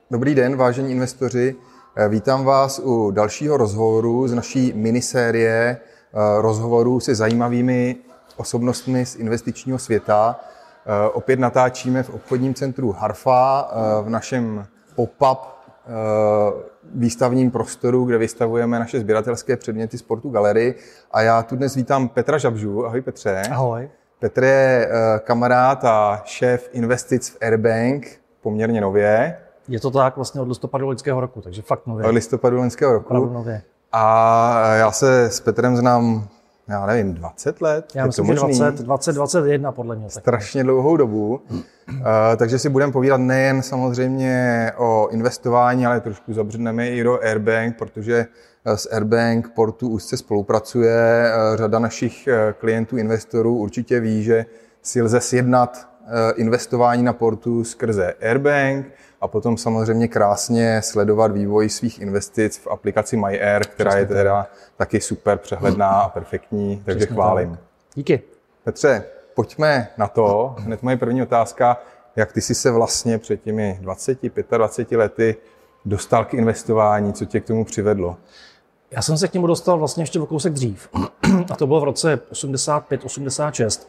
Dobrý den, vážení investoři. Vítám vás u dalšího rozhovoru z naší minisérie rozhovorů se zajímavými osobnostmi z investičního světa. Opět natáčíme v obchodním centru Harfa v našem pop-up výstavním prostoru, kde vystavujeme naše sběratelské předměty Sportu Gallery. A já tu dnes vítám Petra Žabžu. Ahoj Petře. Ahoj. Petr je kamarád a šéf investic v Airbank, poměrně nově. Je to tak vlastně od listopadu loňského roku, takže fakt nově. Od listopadu loňského roku. Nově. A já se s Petrem znám, já nevím, 20 let? Já myslím, že 21 podle mě. Strašně dlouhou dobu. Takže si budeme povídat nejen samozřejmě o investování, ale trošku zabředneme i do Airbank, protože s Airbank Portu úzce spolupracuje. Řada našich klientů, investorů určitě ví, že si lze sjednat investování na Portu skrze Airbank a potom samozřejmě krásně sledovat vývoj svých investic v aplikaci MyAir, která je teda taky super přehledná a perfektní, takže chválím. Díky. Petře, pojďme na to. Hned moje první otázka, jak ty jsi se vlastně před těmi 25 lety dostal k investování, co tě k tomu přivedlo? Já jsem se k němu dostal vlastně ještě o kousek dřív. A to bylo v roce 85-86.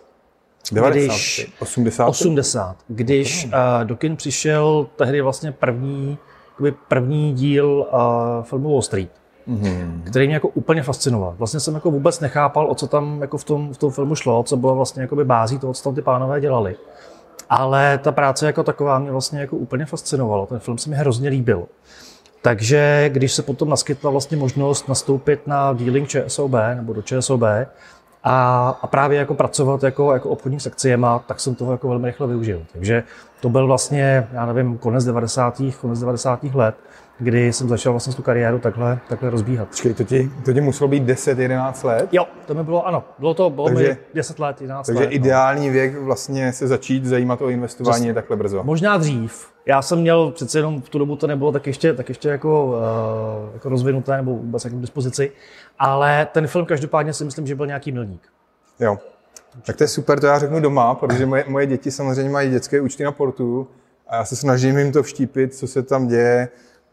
80, když do kin přišel tehdy vlastně první díl filmu Wall Street, který mě jako úplně fascinoval. Vlastně jsem jako vůbec nechápal, o co tam jako v tom filmu šlo, co bylo vlastně jakoby bází toho, co tam ty pánové dělali. Ale ta práce jako taková mě vlastně jako úplně fascinovala. Ten film se mi hrozně líbil. Takže když se potom naskytla vlastně možnost nastoupit na dealing ČSOB nebo do ČSOB a právě jako pracovat jako obchodník s akciema, tak jsem toho jako velmi rychle využil. Takže to byl vlastně, já nevím, konec 90. let, kdy jsem začal vlastně tu kariéru takhle rozbíhat. Počkej, to ti muselo být 10-11 let? Jo, to mi bylo, ano. Bylo mi 10 let, 11 let. Takže ideální věk vlastně se začít zajímat o investování je takhle brzo. Možná dřív. Já jsem měl přece jenom v tu dobu to nebylo tak ještě jako rozvinuté nebo vůbec jako k dispozici, ale ten film každopádně si myslím, že byl nějaký milník. Jo. Tak to je super, to já řeknu doma, protože moje děti samozřejmě mají dětské účty na Portu a já se snažím jim to vštípit, co se tam děje,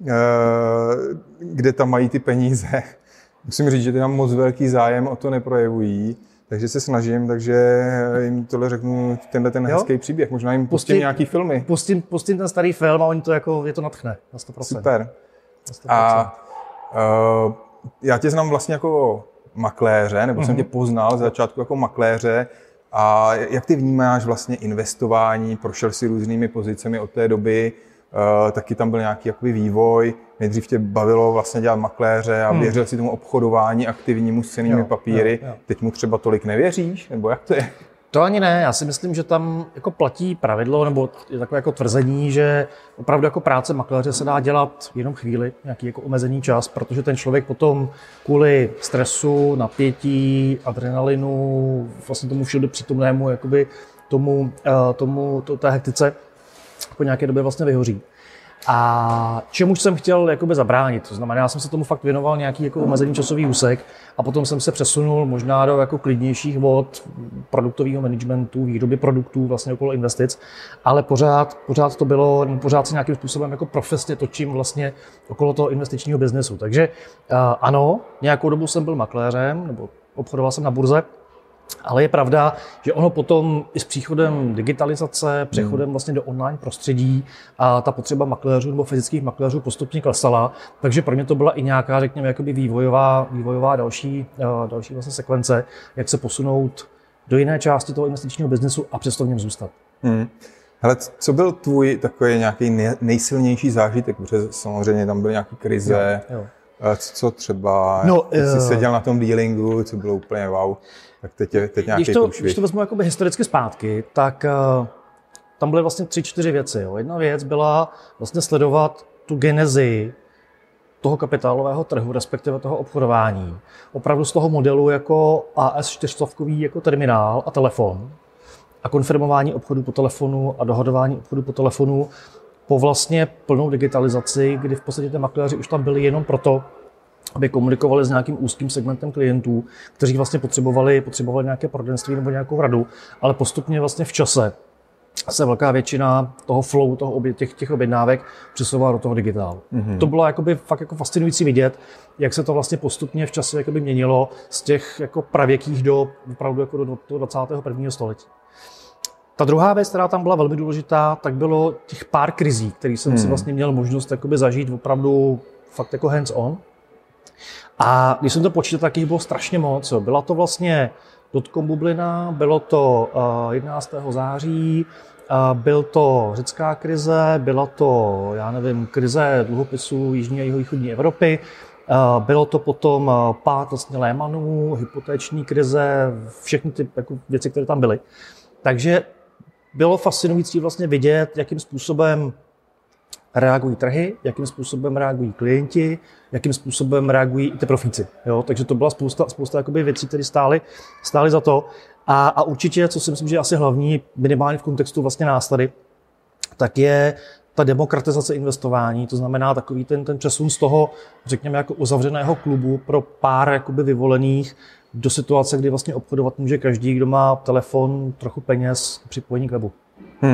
kde tam mají ty peníze. Musím říct, že ty nám moc velký zájem o to neprojevují, takže se snažím, takže jim tohle řeknu, ten hezký příběh. Možná jim pustím nějaký filmy. Pustím ten starý film a oni to jako, je to nadchne na 100%. Super. Na 100%. A já tě znám vlastně jako makléře, nebo jsem tě poznal z začátku jako makléře. A jak ty vnímáš vlastně investování? Prošel si různými pozicemi od té doby, taky tam byl nějaký jakoby vývoj. Nejdřív tě bavilo vlastně dělat makléře a věřil si tomu obchodování aktivnímu s cennými papíry. Jo. Teď mu třeba tolik nevěříš? Nebo jak to je? To ani ne. Já si myslím, že tam jako platí pravidlo, nebo je takové jako tvrzení, že opravdu jako práce makléře se dá dělat jenom chvíli, nějaký jako omezený čas, protože ten člověk potom kvůli stresu, napětí, adrenalinu, vlastně tomu všude přítomnému, jakoby té hektice po nějaké době vlastně vyhoří. A čemuž jsem chtěl jakoby zabránit, to znamená, já jsem se tomu fakt věnoval nějaký jako omezený časový úsek a potom jsem se přesunul možná do jako klidnějších vod produktového managementu, výroby produktů vlastně okolo investic, ale pořád to bylo, pořád se nějakým způsobem jako profesně točím vlastně okolo toho investičního biznesu. Takže ano, nějakou dobu jsem byl makléřem, nebo obchodoval jsem na burze, ale je pravda, že ono potom i s příchodem digitalizace, přechodem vlastně do online prostředí a ta potřeba makléřů nebo fyzických makléřů postupně klesala, takže pro mě to byla i nějaká, řekněme, jakoby vývojová další vlastně sekvence, jak se posunout do jiné části toho investičního biznesu a přesto v něm zůstat. Hele, co byl tvůj takový nějaký nejsilnější zážitek, protože samozřejmě tam byly nějaké krize, jo. Co třeba, jsi seděl na tom dealingu, co bylo úplně wow. Tak teď nějaký průšvih. Když to vezmu jakoby historicky zpátky, tak tam byly vlastně 3-4 věci. Jo. Jedna věc byla vlastně sledovat tu genezi toho kapitálového trhu, respektive toho obchodování. Opravdu z toho modelu jako AS400 jako terminál a telefon a konfirmování obchodu po telefonu a dohodování obchodu po telefonu po vlastně plnou digitalizaci, kdy v podstatě ty makléři už tam byli jenom proto, aby komunikovali s nějakým úzkým segmentem klientů, kteří vlastně potřebovali nějaké poradenství nebo nějakou radu, ale postupně vlastně v čase se velká většina toho flow, těch objednávek přesouvá do toho digitálu. To bylo jakoby fakt jako fascinující vidět, jak se to vlastně postupně v čase jakoby měnilo z těch jako pravěkých do opravdu jako do toho 21. století. Ta druhá věc, která tam byla velmi důležitá, tak bylo těch pár krizí, který jsem si vlastně měl možnost jakoby zažít opravdu fakt jako hands on. A když jsem to počítal, tak jich bylo strašně moc. Byla to vlastně dotcom bublina, bylo to 11. září, byl to řecká krize, byla to, já nevím, krize dluhopisů jižní a jihovýchodní Evropy, bylo to potom pád vlastně Lehmanů, hypotéční krize, všechny ty jako věci, které tam byly. Takže bylo fascinující vlastně vidět, jakým způsobem reagují trhy, jakým způsobem reagují klienti, jakým způsobem reagují i ty profíci. Jo? Takže to byla spousta jakoby věcí, které stály za to. A určitě, co si myslím, že je asi hlavní, minimálně v kontextu vlastně nás tady, tak je ta demokratizace investování, to znamená takový ten přesun z toho, řekněme, jako uzavřeného klubu pro pár jakoby vyvolených do situace, kdy vlastně obchodovat může každý, kdo má telefon, trochu peněz, připojení k webu.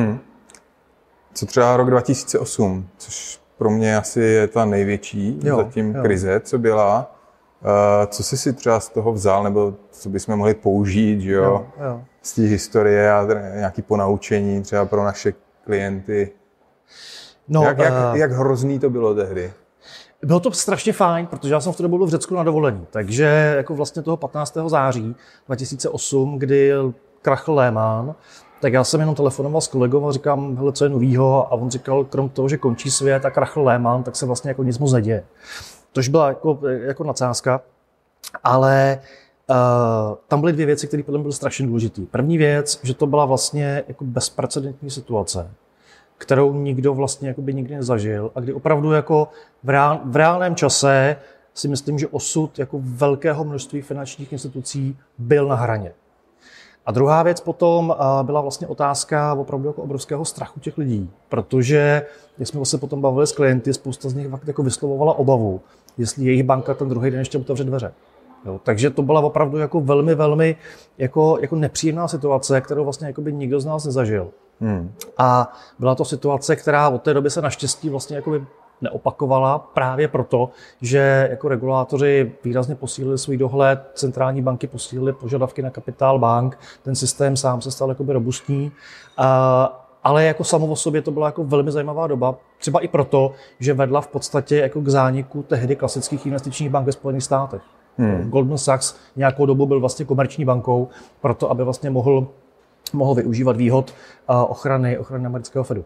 Co třeba rok 2008, což pro mě asi je ta největší zatím krize, co byla. Co jsi si třeba z toho vzal, nebo co bychom mohli použít, že jo? Z té historie a nějaké ponaučení třeba pro naše klienty? No, jak hrozný to bylo tehdy? Bylo to strašně fajn, protože já jsem v té době byl v Řecku na dovolení, takže jako vlastně toho 15. září 2008, kdy krachl Lehman, tak já jsem jenom telefonoval s kolegou a říkám, hele, co je novýho, a on říkal, krom toho, že končí svět a krachl Lehman, tak se vlastně jako nic moc neděje. Tož byla jako nadsázka, ale tam byly dvě věci, které podle mě byly strašně důležité. První věc, že to byla vlastně jako bezprecedentní situace, kterou nikdo vlastně jakoby nikdy nezažil a kdy opravdu jako v reálném čase si myslím, že osud jako velkého množství finančních institucí byl na hraně. A druhá věc potom byla vlastně otázka opravdu jako obrovského strachu těch lidí, protože, jak jsme se potom bavili s klienty, spousta z nich jako vyslovovala obavu, jestli jejich banka ten druhý den ještě otevře dveře. Jo, takže to byla opravdu jako velmi jako nepříjemná situace, kterou vlastně jakoby nikdo z nás nezažil. A byla to situace, která od té doby se naštěstí vlastně jakoby neopakovala právě proto, že jako regulátoři výrazně posílili svůj dohled, centrální banky posílily požadavky na kapitál bank, ten systém sám se stal jakoby robustní, ale jako samo o sobě to byla jako velmi zajímavá doba, třeba i proto, že vedla v podstatě jako k zániku tehdy klasických investičních bank ve Spojených státech. Goldman Sachs nějakou dobu byl vlastně komerční bankou, proto aby vlastně mohl využívat výhod ochrany amerického Fedu.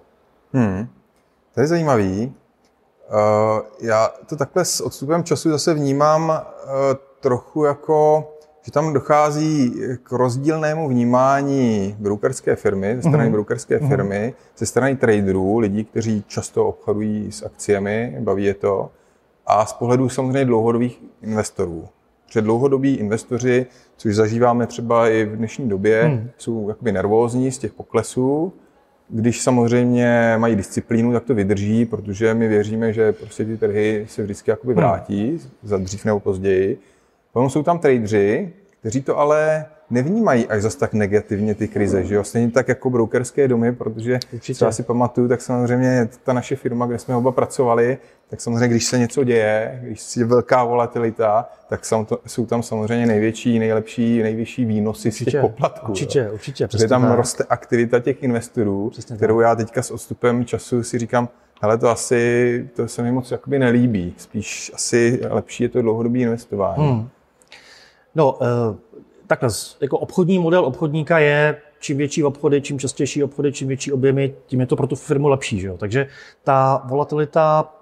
To je zajímavý. Já to takhle s odstupem času zase vnímám trochu jako, že tam dochází k rozdílnému vnímání brokerské firmy, ze strany brokerské firmy, ze strany traderů, lidí, kteří často obchodují s akciemi, baví je to, a z pohledu samozřejmě dlouhodobých investorů. Protože dlouhodobí investoři, což zažíváme třeba i v dnešní době, jsou jakoby nervózní z těch poklesů. Když samozřejmě mají disciplínu, tak to vydrží, protože my věříme, že prostě ty trhy se vždycky jakoby vrátí, za dřív nebo později. Potom jsou tam tradeři, kteří to ale nevnímají až zas tak negativně ty krize, že jo? Stejně tak jako brokerské domy, protože třeba si pamatuju, tak samozřejmě ta naše firma, kde jsme oba pracovali, tak samozřejmě, když se něco děje, když je velká volatilita, tak jsou tam samozřejmě nejvyšší výnosy z těch poplatků. Určitě. Protože tam roste aktivita těch investorů, kterou já teďka s odstupem času si říkám, hele, to se mi moc jakoby nelíbí. Spíš asi lepší je to dlouhodobé investování. No, takhle, jako obchodní model obchodníka je, čím větší obchody, čím častější obchody, čím větší objemy, tím je to pro tu firmu lepší. Že jo? Takže ta volatilita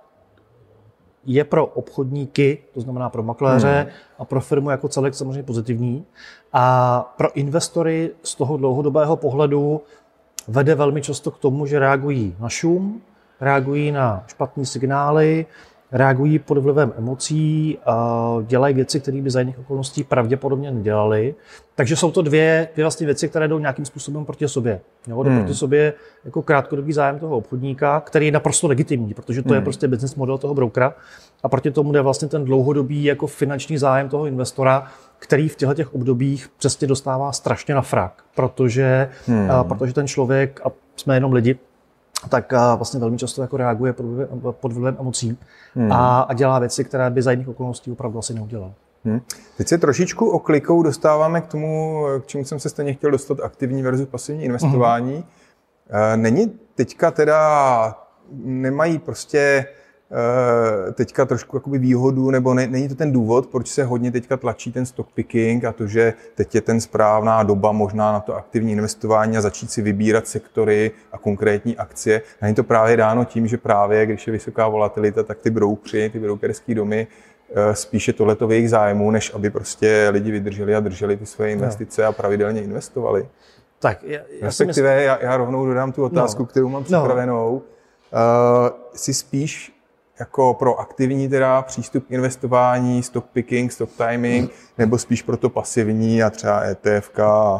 je pro obchodníky, to znamená pro makléře a pro firmu jako celek samozřejmě pozitivní. A pro investory z toho dlouhodobého pohledu vede velmi často k tomu, že reagují na šum, reagují na špatné signály, reagují pod vlivem emocí, dělají věci, které by za jiných okolností pravděpodobně nedělali. Takže jsou to dvě vlastně věci, které jdou nějakým způsobem proti sobě. Proti sobě jako krátkodobý zájem toho obchodníka, který je naprosto legitimní, protože to je prostě business model toho brokera. A proti tomu jde vlastně ten dlouhodobý jako finanční zájem toho investora, který v těchto obdobích přesně dostává strašně na frak, protože ten člověk, a jsme jenom lidi, tak vlastně velmi často jako reaguje pod vlivem emocí a dělá věci, které by za jiných okolností opravdu asi neudělal. Teď se trošičku oklikou dostáváme k tomu, k čemu jsem se stejně chtěl dostat, aktivní versus pasivní investování. Není teďka teda, nemají prostě teďka trošku jakoby výhodu, nebo není to ten důvod, proč se hodně teďka tlačí ten stock picking a to, že teď je ten správná doba možná na to aktivní investování a začít si vybírat sektory a konkrétní akcie. Není to právě dáno tím, že právě, když je vysoká volatilita, tak ty broukři, ty brokerský domy, spíše tohleto v jejich zájmu, než aby prostě lidi vydrželi a drželi ty své investice a pravidelně investovali. Tak, respektive já rovnou dodám tu otázku, kterou mám připravenou. Jsi spíš jako pro aktivní teda přístup k investování, stock picking, stock timing, nebo spíš pro to pasivní a třeba ETF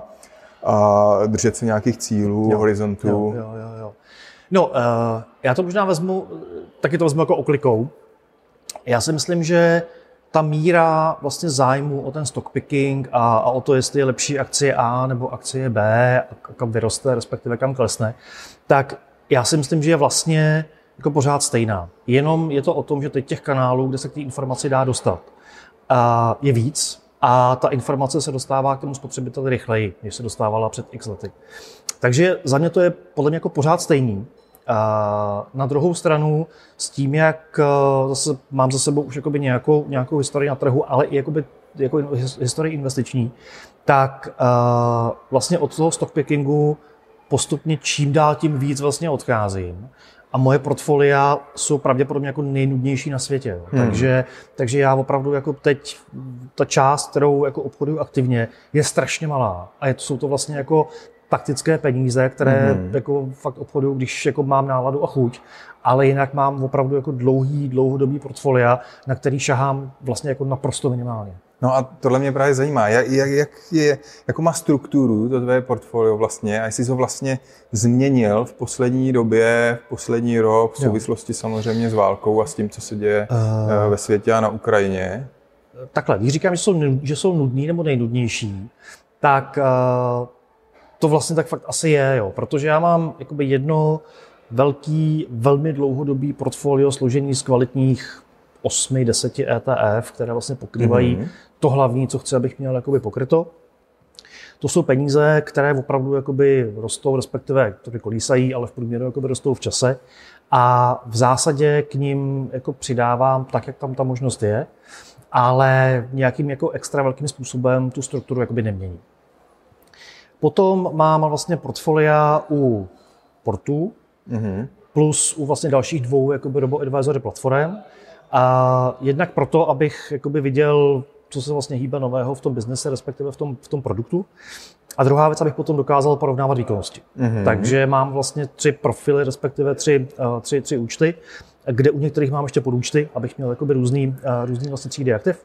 a držet se nějakých cílů, horizontů? Jo. No, já to možná taky to vezmu jako oklikou. Já si myslím, že ta míra vlastně zájmu o ten stock picking a o to, jestli je lepší akcie A nebo akcie B, kam vyroste, respektive kam klesne, tak já si myslím, že je vlastně jako pořád stejná. Jenom je to o tom, že teď těch kanálů, kde se k té informaci dá dostat, je víc a ta informace se dostává k tomu spotřebiteli rychleji, než se dostávala před x lety. Takže za mě to je podle mě jako pořád stejný. Na druhou stranu s tím, jak zase mám za sebou už jakoby nějakou historii na trhu, ale i jako historii investiční, tak vlastně od toho stock pickingu postupně čím dál tím víc vlastně odcházím. A moje portfolia jsou pravděpodobně jako nejnudnější na světě. Takže já opravdu jako teď ta část, kterou jako obchoduju aktivně, je strašně malá. A jsou to vlastně jako taktické peníze, které jako fakt obchoduju, když jako mám náladu a chuť, ale jinak mám opravdu jako dlouhodobý portfolia, na který šahám vlastně jako naprosto minimálně. No a tohle mě právě zajímá, jakou má strukturu to tvé portfolio vlastně a jestli jsi ho vlastně změnil v poslední době, v poslední rok, v souvislosti samozřejmě s válkou a s tím, co se děje ve světě a na Ukrajině. Takhle, když říkám, že jsou nudní nebo nejnudnější, tak to vlastně tak fakt asi je, jo, protože já mám jakoby jedno velký, velmi dlouhodobý portfolio složený z kvalitních 8-10 ETF, které vlastně pokrývají to hlavní, co chci, abych měl jakoby pokryto. To jsou peníze, které opravdu jakoby rostou, respektive to kolísají, ale v průměru jakoby rostou v čase. A v zásadě k nim jako přidávám tak, jak tam ta možnost je, ale nějakým jako extra velkým způsobem tu strukturu jakoby nemění. Potom mám vlastně portfolia u portů, plus u vlastně dalších dvou jakoby robo-advisory platform. A jednak proto, abych jakoby viděl, co se vlastně hýbe nového v tom biznese, respektive v tom produktu. A druhá věc, abych potom dokázal porovnávat výkonnosti. Takže mám vlastně 3 profily, respektive 3 účty, kde u některých mám ještě podúčty, abych měl jakoby různý vlastně třídy aktiv.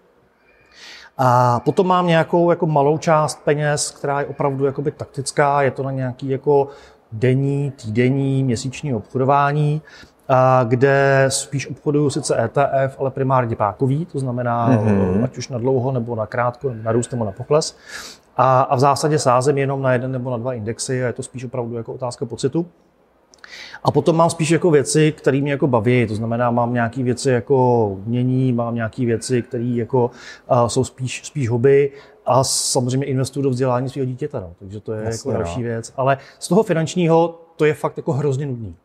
A potom mám nějakou jako malou část peněz, která je opravdu jakoby taktická, je to na nějaký jako denní, týdenní, měsíční obchodování, kde spíš obchoduju sice ETF, ale primárně pákový, to znamená ať už na dlouho, nebo na krátko, na růst nebo na pokles. A v zásadě sázím jenom na 1 nebo na 2 indexy a je to spíš opravdu jako otázka pocitu. A potom mám spíš jako věci, které mě jako baví, to znamená, mám nějaké věci jako umění, mám nějaké věci, které jako jsou spíš hobby a samozřejmě investuju do vzdělání svého dítěte, no. Takže to je jako další věc. Ale z toho finančního to je fakt jako hrozně nudný.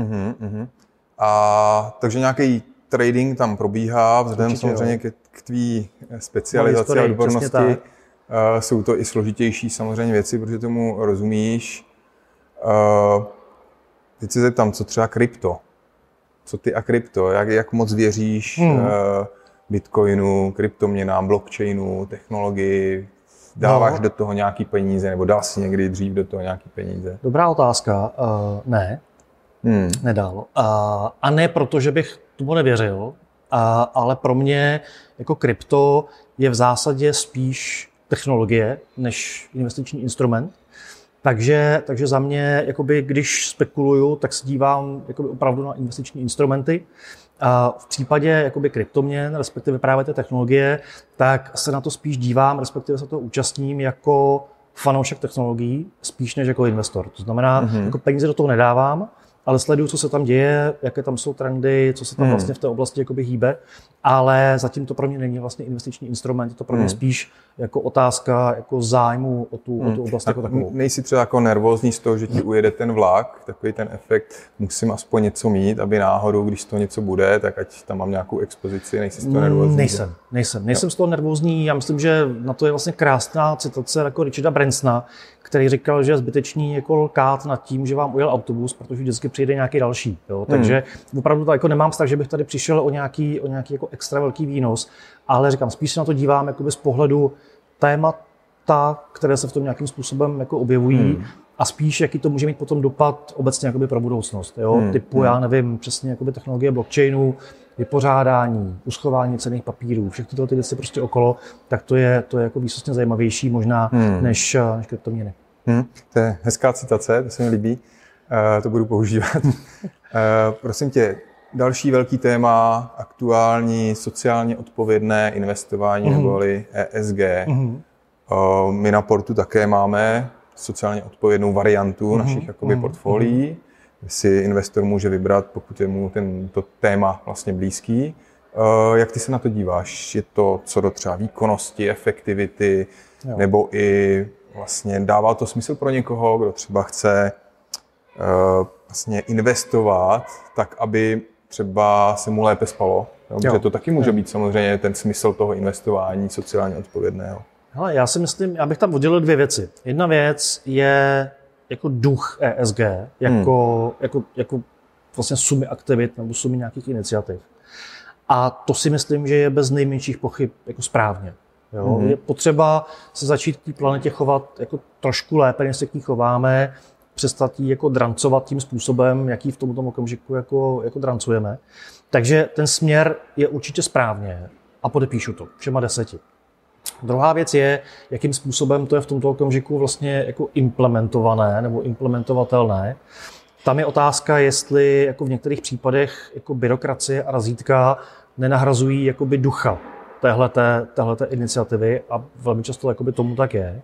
A takže nějaký trading tam probíhá, vzhledem samozřejmě k tvý specializaci a odbornosti. Jsou to i složitější samozřejmě věci, protože tomu rozumíš. Teď se zeptám, co třeba krypto? Co ty a krypto? Jak moc věříš Bitcoinu, kryptoměnám, blockchainu, technologii? Dáváš do toho nějaký peníze, nebo dal jsi někdy dřív do toho nějaký peníze? Dobrá otázka. Ne. Nedal. A ne proto, že bych tomu nevěřil, ale pro mě jako krypto je v zásadě spíš technologie než investiční instrument. Takže za mě, jakoby, když spekuluju, tak se dívám jakoby, opravdu na investiční instrumenty. V případě jakoby, kryptoměn, respektive právě té technologie, tak se na to spíš dívám, respektive se to účastním jako fanoušek technologií spíš než jako investor. To znamená, jako peníze do toho nedávám, ale sleduju, co se tam děje, jaké tam jsou trendy, co se tam vlastně v té oblasti jakoby hýbe, ale zatím to pro mě není vlastně investiční instrument, je to pro mě spíš jako otázka jako zájmu o tu oblast jako takovou. Nejsi třeba jako nervózní z toho, že ti ujede ten vlak, takový ten efekt, musím aspoň něco mít, aby náhodou, když to něco bude, tak ať tam mám nějakou expozici, nejsi z toho nervózní? Nejsem z toho nervózní, já myslím, že na to je vlastně krásná citace jako Richarda Bransona, který říkal, že je zbytečný jako lkát nad tím, že vám ujel autobus, protože vždycky přijde nějaký další. Jo? Takže opravdu to jako nemám vztah, že bych tady přišel o nějaký jako extra velký výnos, ale říkám, spíš se na to dívám jakoby z pohledu témata, které se v tom nějakým způsobem jako objevují a spíš, jaký to může mít potom dopad obecně jakoby pro budoucnost. Jo? Typu, já nevím, přesně jakoby technologie blockchainu, vypořádání, uschování cenných papírů, všechny tyhle ty věci prostě okolo, tak to je jako výsostně zajímavější možná než kryptoměny. To je hezká citace, to se mi líbí, to budu používat. Prosím tě, další velký téma, aktuální, sociálně odpovědné investování, neboli ESG. My na Portu také máme sociálně odpovědnou variantu našich jakoby portfolií, kde si investor může vybrat, pokud je mu to téma vlastně blízký. Jak ty se na to díváš? Je to co do třeba výkonnosti, efektivity, nebo i vlastně dává to smysl pro někoho, kdo třeba chce vlastně investovat tak, aby třeba se mu lépe spalo. Protože to taky může být samozřejmě ten smysl toho investování sociálně odpovědného. Hele, já si myslím, já bych tam oddělil dvě věci. Jedna věc je jako duch ESG, jako vlastně sumy aktivit nebo sumy nějakých iniciativ. A to si myslím, že je bez nejmenších pochyb jako správně. Jo? Je potřeba se začít k té planetě chovat jako trošku lépe, než se k ní chováme, přestat jí jako drancovat tím způsobem, jaký v tomto okamžiku jako drancujeme. Takže ten směr je určitě správně a podepíšu to všema 10. Druhá věc je, jakým způsobem to je v tomto okamžiku vlastně jako implementované nebo implementovatelné. Tam je otázka, jestli jako v některých případech jako byrokracie a razítka nenahrazují jakoby ducha téhleté iniciativy a velmi často jakoby tomu tak je.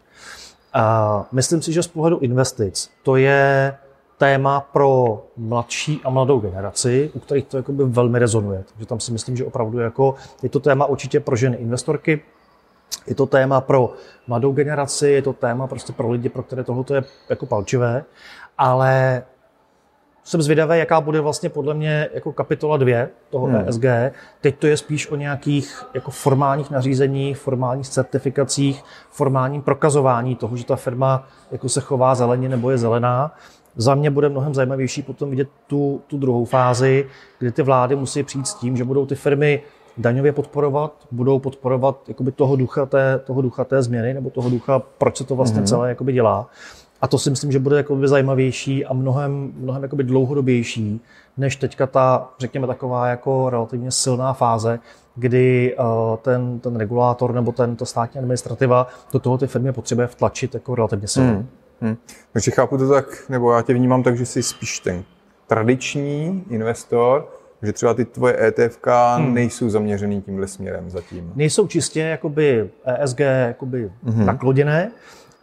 A myslím si, že z pohledu investic to je téma pro mladší a mladou generaci, u kterých to jakoby velmi rezonuje. Takže tam si myslím, že opravdu jako je to téma určitě pro ženy investorky, je to téma pro mladou generaci, je to téma prostě pro lidi, pro které tohle je jako palčivé, ale jsem zvědavý, jaká bude vlastně podle mě jako kapitola 2 toho ESG. Teď to je spíš o nějakých jako formálních nařízeních, formálních certifikacích, formálním prokazování toho, že ta firma jako se chová zeleně nebo je zelená. Za mě bude mnohem zajímavější potom vidět tu druhou fázi, kdy ty vlády musí přijít s tím, že budou ty firmy daňově podporovat, budou podporovat jakoby toho ducha té změny nebo toho ducha, proč se to vlastně celé jakoby dělá. A to si myslím, že bude jakoby zajímavější a mnohem jakoby dlouhodobější, než teďka ta, řekněme, taková jako relativně silná fáze, kdy ten regulátor nebo ta státní administrativa do toho ty firmy potřebuje vtlačit jako relativně silně. Takže chápu to tak, nebo já tě vnímám tak, že jsi spíš ten tradiční investor, že třeba ty tvoje ETFka nejsou zaměřený tímhle směrem zatím. Nejsou čistě jakoby ESG jakoby nakloněné,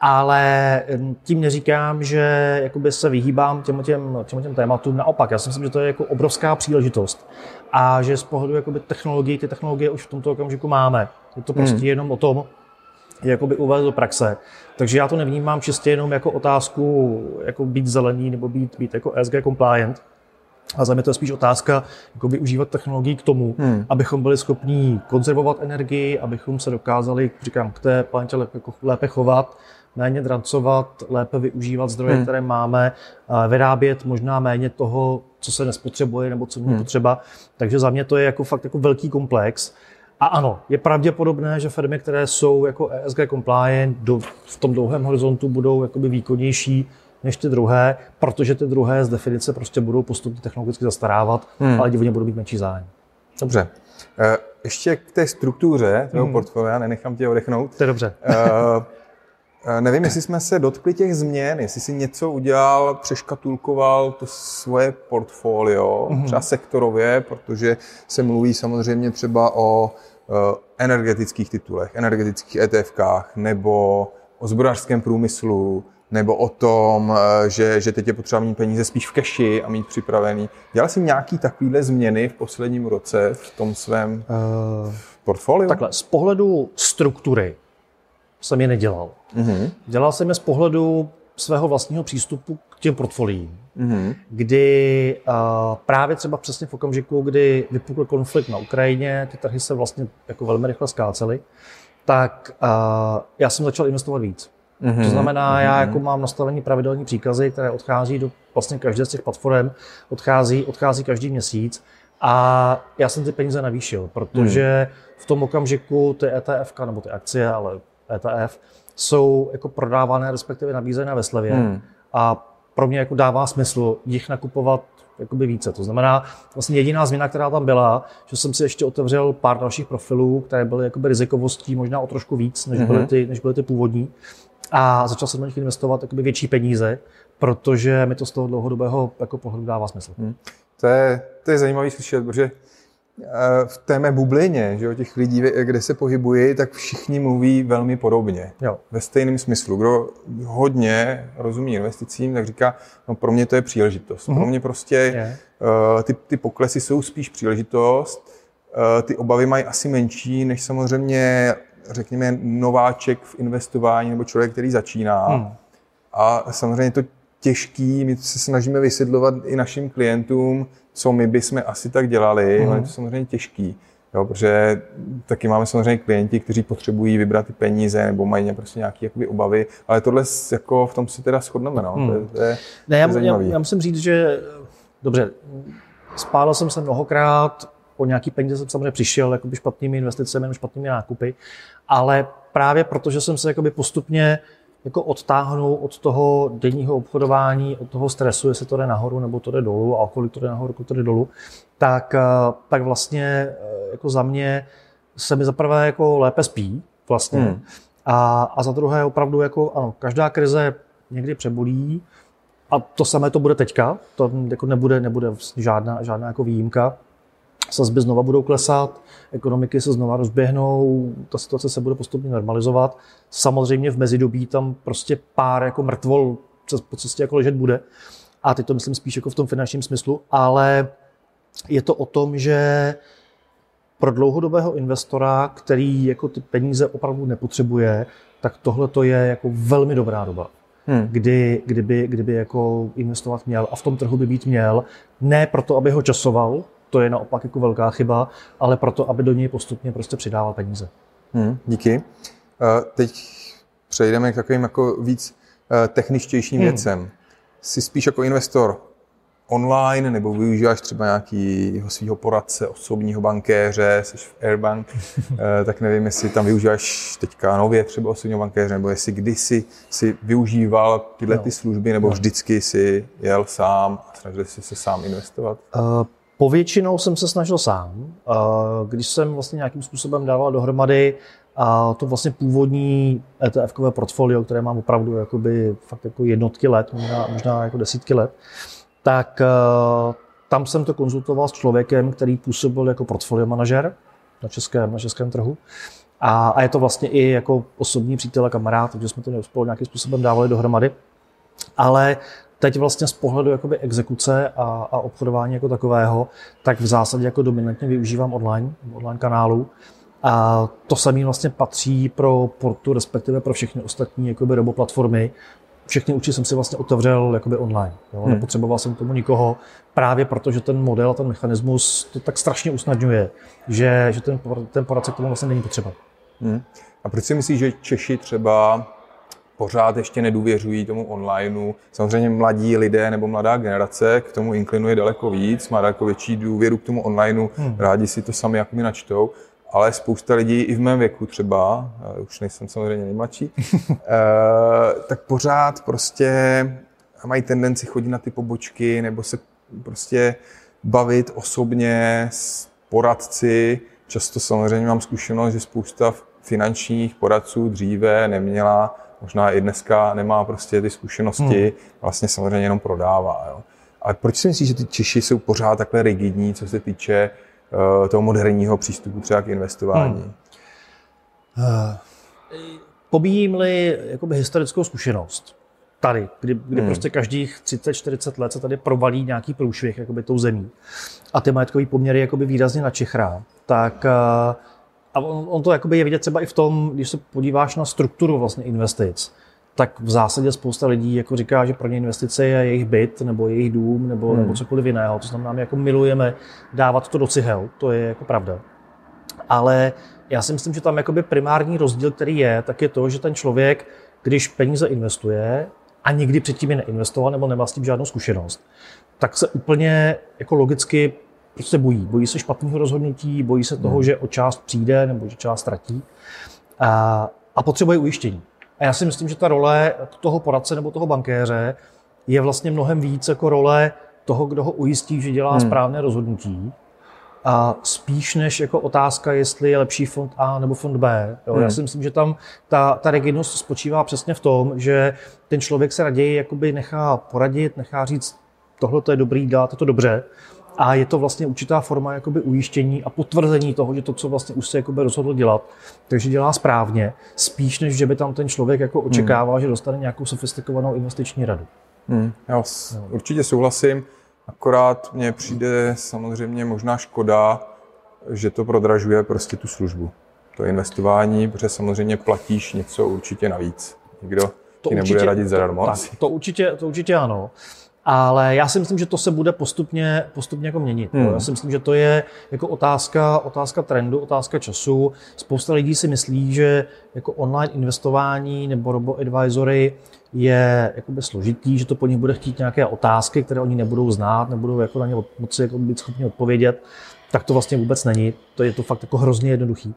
ale tím neříkám, že jakoby se vyhýbám těm tématům. Naopak, já si myslím, že to je jako obrovská příležitost a že z pohledu jakoby technologií, ty technologie už v tomto okamžiku máme. Je to prostě jenom o tom, jakoby uvést do praxe. Takže já to nevnímám čistě jenom jako otázku jako být zelený nebo být jako ESG compliant. A za mě to je spíš otázka jako využívat technologii k tomu, abychom byli schopni konzervovat energii, abychom se dokázali, říkám, k té planetě lépe chovat, méně drancovat, lépe využívat zdroje, které máme, vyrábět možná méně toho, co se nespotřebuje nebo co není potřeba. Takže za mě to je jako fakt jako velký komplex. A ano, je pravděpodobné, že firmy, které jsou jako ESG compliant, v tom dlouhém horizontu budou jakoby výkonnější než ty druhé, protože ty druhé z definice prostě budou postupně technologicky zastarávat, ale divně budou mít menší zájem. Dobře. Ještě k té struktuře tvého portfolia, nenechám tě odechnout. To je dobře. Nevím, jestli jsme se dotkli těch změn, jestli si něco udělal, přeškatulkoval to svoje portfolio, třeba sektorově, protože se mluví samozřejmě třeba o energetických titulech, energetických ETFkách nebo o zbrojařském průmyslu, nebo o tom, že teď je potřeba mít peníze spíš v keši a mít připravený. Dělal jsi nějaký takovýhle změny v posledním roce v tom svém portfoliu? Takhle, z pohledu struktury jsem je nedělal. Dělal jsem je z pohledu svého vlastního přístupu k těm portfoliím, kdy právě třeba přesně v okamžiku, kdy vypukl konflikt na Ukrajině, ty trhy se vlastně jako velmi rychle skácely, tak já jsem začal investovat víc. To znamená, já jako mám nastavení pravidelní příkazy, které odchází do vlastně každé z těch platform, odchází každý měsíc a já jsem ty peníze navýšil, protože v tom okamžiku ty ETF, nebo ty akcie, ale ETF, jsou jako prodávané, respektive nabízené ve slevě a pro mě jako dává smysl jich nakupovat jakoby více. To znamená, vlastně jediná změna, která tam byla, že jsem si ještě otevřel pár dalších profilů, které byly jakoby rizikovostí možná o trošku víc, než byly ty původní. A začal jsem do nich investovat jakoby větší peníze, protože mi to z toho dlouhodobého jako pohledu dává smysl. To je zajímavý slyšet, protože v té mé bublině, že těch lidí, kde se pohybují, tak všichni mluví velmi podobně. Jo. Ve stejném smyslu. Kdo hodně rozumí investicím, tak říká, no pro mě to je příležitost. Pro mě prostě ty poklesy jsou spíš příležitost. Ty obavy mají asi menší, než samozřejmě, řekněme, nováček v investování nebo člověk, který začíná. A samozřejmě to těžký, my se snažíme vysvětlovat i našim klientům, co my bychom asi tak dělali, ale je to samozřejmě těžký, jo, protože taky máme samozřejmě klienti, kteří potřebují vybrat ty peníze nebo mají prostě nějaké jakoby obavy, ale tohle jako v tom si teda shodneme, no. To je zajímavý. Já musím říct, že dobře, spálil jsem se mnohokrát, o nějaký peníze jsem samozřejmě přišel jakoby špatnými investicemi nebo špatnými nákupy, ale právě protože jsem se jakoby postupně jako odtáhnu od toho denního obchodování, od toho stresu, jestli to jde nahoru nebo to jde dolů a kolik to jde nahoru, kolik to jde dolů, tak vlastně jako za mě se mi zaprvé jako lépe spí vlastně. A za druhé opravdu jako ano, každá krize někdy přebolí a to samé to bude teďka, to jako nebude žádná jako výjimka. Sazby znova budou klesat, ekonomiky se znova rozběhnou, ta situace se bude postupně normalizovat. Samozřejmě v mezidobí tam prostě pár jako mrtvol po cestě jako ležet bude. A teď to myslím spíš jako v tom finančním smyslu, ale je to o tom, že pro dlouhodobého investora, který jako ty peníze opravdu nepotřebuje, tak tohle to je jako velmi dobrá doba. Kdyby jako investovat měl a v tom trhu by být měl, ne proto, aby ho časoval, to je naopak jako velká chyba, ale proto, aby do něj postupně prostě přidával peníze. Díky. Teď přejdeme k takovým jako víc techničtějším věcem. Jsi spíš jako investor online, nebo využíváš třeba nějakého svého poradce, osobního bankéře, jsi v Airbank, tak nevím, jestli tam využíváš teďka nově třeba osobního bankéře, nebo jestli kdysi si využíval tyhle ty služby, nebo vždycky si jel sám a snažil jsi se sám investovat? Povětšinou jsem se snažil sám. Když jsem vlastně nějakým způsobem dával dohromady to vlastně původní ETF-kové portfolio, které mám opravdu jakoby fakt jako jednotky let, možná jako desítky let, tak tam jsem to konzultoval s člověkem, který působil jako portfolio manažer na českém trhu. A je to vlastně i jako osobní přítel a kamarád, takže jsme to spolu nějakým způsobem dávali dohromady. Ale teď vlastně z pohledu jakoby exekuce a obchodování jako takového, tak v zásadě jako dominantně využívám online kanálu. A to samé vlastně patří pro Portu, respektive pro všechny ostatní jakoby roboplatformy. Všechny účty jsem si vlastně otevřel jakoby online. Jo? Nepotřeboval jsem k tomu nikoho, právě protože ten model a ten mechanismus to tak strašně usnadňuje, že ten poradce k tomu vlastně není potřeba. A proč si myslíš, že Češi třeba pořád ještě nedůvěřují tomu onlineu? Samozřejmě mladí lidé nebo mladá generace k tomu inklinuje daleko víc, má daleko větší důvěru k tomu onlineu, rádi si to sami jakoby načtou, ale spousta lidí i v mém věku třeba, už nejsem samozřejmě nejmladší, tak pořád prostě mají tendenci chodit na ty pobočky nebo se prostě bavit osobně s poradci. Často samozřejmě mám zkušenost, že spousta finančních poradců dříve neměla, možná i dneska nemá prostě ty zkušenosti, vlastně samozřejmě jenom prodává. Jo. Ale proč si myslíš, že ty Češi jsou pořád takhle rigidní, co se týče toho moderního přístupu třeba k investování? Pobíjím-li jakoby historickou zkušenost tady, kdy prostě každých 30-40 let se tady provalí nějaký průšvih jakoby tou zemí a ty majetkové poměry jakoby výrazně načichrá, tak a on to jakoby je vidět třeba i v tom, když se podíváš na strukturu vlastně investic, tak v zásadě spousta lidí jako říká, že pro ně investice je jejich byt nebo jejich dům nebo cokoliv jiného. To znamená, my jako milujeme dávat to do cihel, to je jako pravda. Ale já si myslím, že tam jakoby primární rozdíl, který je, tak je to, že ten člověk, když peníze investuje a nikdy předtím je neinvestoval nebo nemá s tím žádnou zkušenost, tak se úplně jako logicky prostě bojí. Bojí se špatného rozhodnutí, bojí se toho, že o část přijde nebo že část ztratí a potřebuje ujištění. A já si myslím, že ta role toho poradce nebo toho bankéře je vlastně mnohem víc jako role toho, kdo ho ujistí, že dělá správné rozhodnutí. A spíš než jako otázka, jestli je lepší fond A nebo fond B. Jo? Já si myslím, že tam ta rigidnost spočívá přesně v tom, že ten člověk se raději jakoby nechá poradit, nechá říct, tohle to je dobrý, děláte to dobře. A je to vlastně určitá forma jakoby ujištění a potvrzení toho, že to, co vlastně už se jakoby rozhodl dělat, takže dělá správně, spíš než že by tam ten člověk jako očekával, že dostane nějakou sofistikovanou investiční radu. Já určitě souhlasím, akorát mně přijde samozřejmě možná škoda, že to prodražuje prostě tu službu. To investování, protože samozřejmě platíš něco určitě navíc. Nikdo ti nebude radit zadarmo. To určitě ano. Ale já si myslím, že to se bude postupně jako měnit. Já si myslím, že to je jako otázka trendu, otázka času. Spousta lidí si myslí, že jako online investování nebo robo-advisory je jakoby složitý, že to po nich bude chtít nějaké otázky, které oni nebudou znát, nebudou jako na ně moci jako být schopni odpovědět. Tak to vlastně vůbec není. To je to fakt jako hrozně jednoduchý.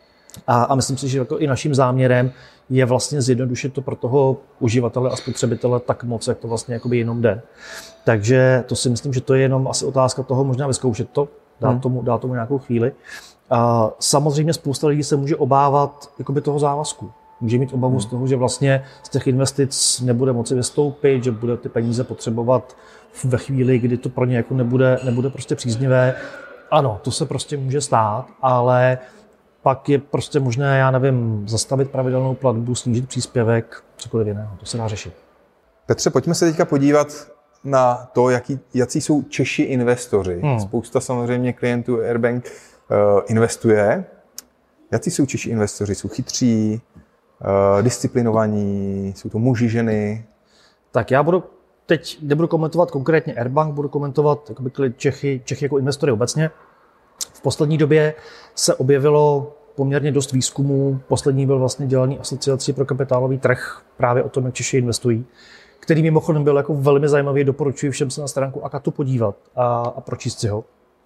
A myslím si, že jako i naším záměrem je vlastně zjednodušit to pro toho uživatele a spotřebitele tak moc, jak to vlastně jakoby jenom jde. Takže to si myslím, že to je jenom asi otázka toho možná vyzkoušet to, dát tomu nějakou chvíli. A samozřejmě spousta lidí se může obávat jakoby toho závazku. Může mít obavu z toho, že vlastně z těch investic nebude moci vystoupit, že bude ty peníze potřebovat ve chvíli, kdy to pro ně jako nebude prostě příznivé. Ano, to se prostě může stát, ale pak je prostě možné, já nevím, zastavit pravidelnou platbu, snížit příspěvek, cokoliv jiného. To se dá řešit. Petře, pojďme se teďka podívat na to, jací jsou Češi investoři. Spousta samozřejmě klientů Airbank investuje. Jací jsou Češi investoři? Jsou chytří, disciplinovaní, jsou to muži, ženy? Tak já nebudu komentovat konkrétně Airbank, budu komentovat Čechy jako investory obecně. V poslední době se objevilo poměrně dost výzkumů. Poslední byl vlastně dělaný Asociací pro kapitálový trh právě o tom, jak Češi investují, který mimochodem byl jako velmi zajímavý. Doporučuji všem se na stránku Akatu podívat a pročíst si ho.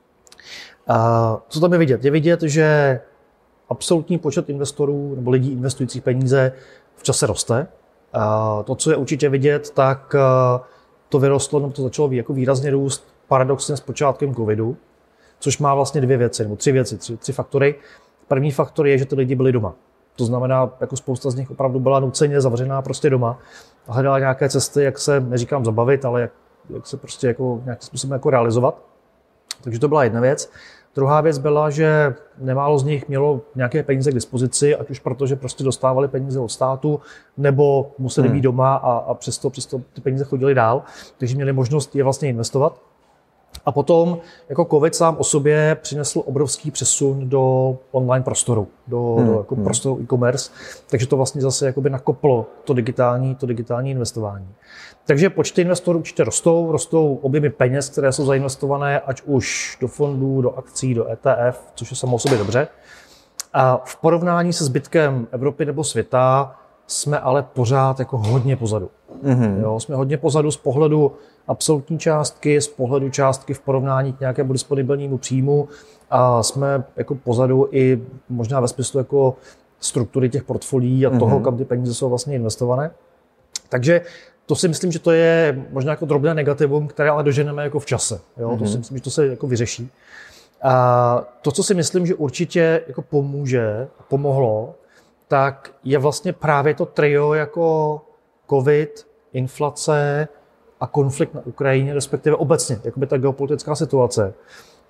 Co tam je vidět? Je vidět, že absolutní počet investorů nebo lidí investujících peníze v čase roste. To, co je určitě vidět, tak to vyrostlo, nebo to začalo jako výrazně růst paradoxně s počátkem covidu, což má vlastně dvě věci, nebo tři faktory. První faktor je, že ty lidi byli doma. To znamená, jako spousta z nich opravdu byla nuceně zavřená prostě doma a hledala nějaké cesty, jak se, neříkám zabavit, ale jak se prostě jako nějakým způsobem jako realizovat. Takže to byla jedna věc. Druhá věc byla, že nemálo z nich mělo nějaké peníze k dispozici, ať už proto, že prostě dostávali peníze od státu, nebo museli být doma a přesto ty peníze chodily dál, takže měli možnost je vlastně investovat. A potom jako COVID sám o sobě přinesl obrovský přesun do online prostoru, do jako prostoru e-commerce, takže to vlastně zase jakoby nakoplo to digitální investování. Takže počty investorů určitě rostou objemy peněz, které jsou zainvestované, ať už do fondů, do akcí, do ETF, což je samo o sobě dobře. A v porovnání se zbytkem Evropy nebo světa jsme ale pořád jako hodně pozadu. Jo, jsme hodně pozadu z pohledu absolutní částky, z pohledu částky v porovnání k nějakému disponibilnímu příjmu a jsme jako pozadu i možná ve smyslu jako struktury těch portfolií a toho, kam ty peníze jsou vlastně investované. Takže to si myslím, že to je možná jako drobné negativum, které ale doženeme jako v čase. Jo? To si myslím, že to se jako vyřeší. A to, co si myslím, že určitě jako pomohlo, tak je vlastně právě to trio jako COVID, inflace a konflikt na Ukrajině, respektive obecně, jakoby ta geopolitická situace,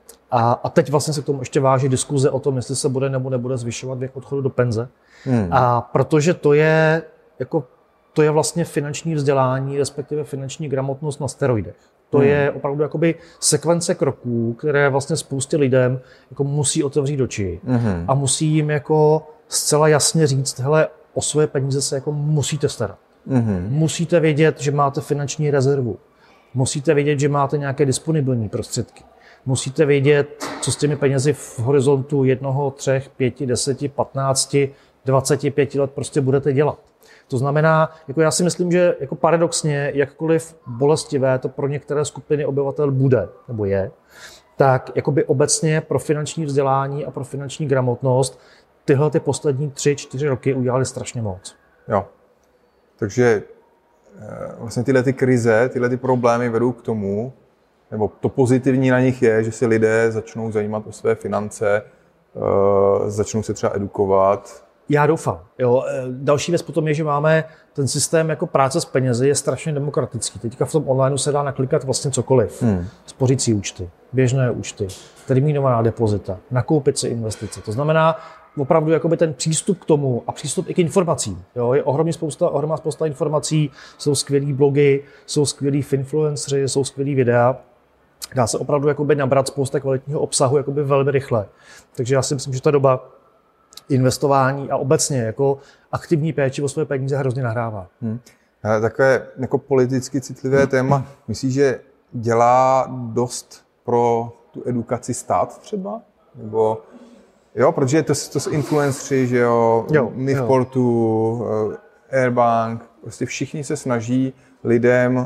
A teď vlastně se k tomu ještě váží diskuze o tom, jestli se bude nebo nebude zvyšovat věk odchodu do penze. A protože to je vlastně finanční vzdělání, respektive finanční gramotnost na steroidech. To je opravdu jakoby sekvence kroků, které vlastně spoustě lidem jako musí otevřít oči a musí jim jako zcela jasně říct, hele, o svoje peníze se jako musíte starat. Musíte vědět, že máte finanční rezervu. Musíte vědět, že máte nějaké disponibilní prostředky. Musíte vědět, co s těmi penězi v horizontu 1, 3, 5, 10, 15, 25 let prostě budete dělat. To znamená, jako já si myslím, že jako paradoxně, jakkoliv bolestivé to pro některé skupiny obyvatel bude, nebo je, tak jakoby obecně pro finanční vzdělání a pro finanční gramotnost tyhle ty poslední 3-4 roky udělali strašně moc. Jo. Takže vlastně tyhle ty krize, tyhle ty problémy vedou k tomu, nebo to pozitivní na nich je, že se lidé začnou zajímat o své finance, začnou se třeba edukovat. Já doufám. Jo. Další věc potom je, že máme ten systém jako práce s penězi je strašně demokratický. Teďka v tom online se dá naklikat vlastně cokoliv. Spořící účty, běžné účty, termínovaná depozita, nakoupit si investice. To znamená opravdu jakoby ten přístup k tomu a přístup i k informacím. Jo. Je ohromná spousta informací, jsou skvělý blogy, jsou skvělí finfluenceri, jsou skvělý videa. Dá se opravdu jakoby nabrat spousta kvalitního obsahu jakoby velmi rychle. Takže já si myslím, že ta doba investování a obecně jako aktivní péči o své peníze hrozně nahrává. Takové jako politicky citlivé téma. Myslíš, že dělá dost pro tu edukaci stát třeba? Nebo jo, protože to jsou influenceri, že jo, my v Portu, Airbank, prostě všichni se snaží lidem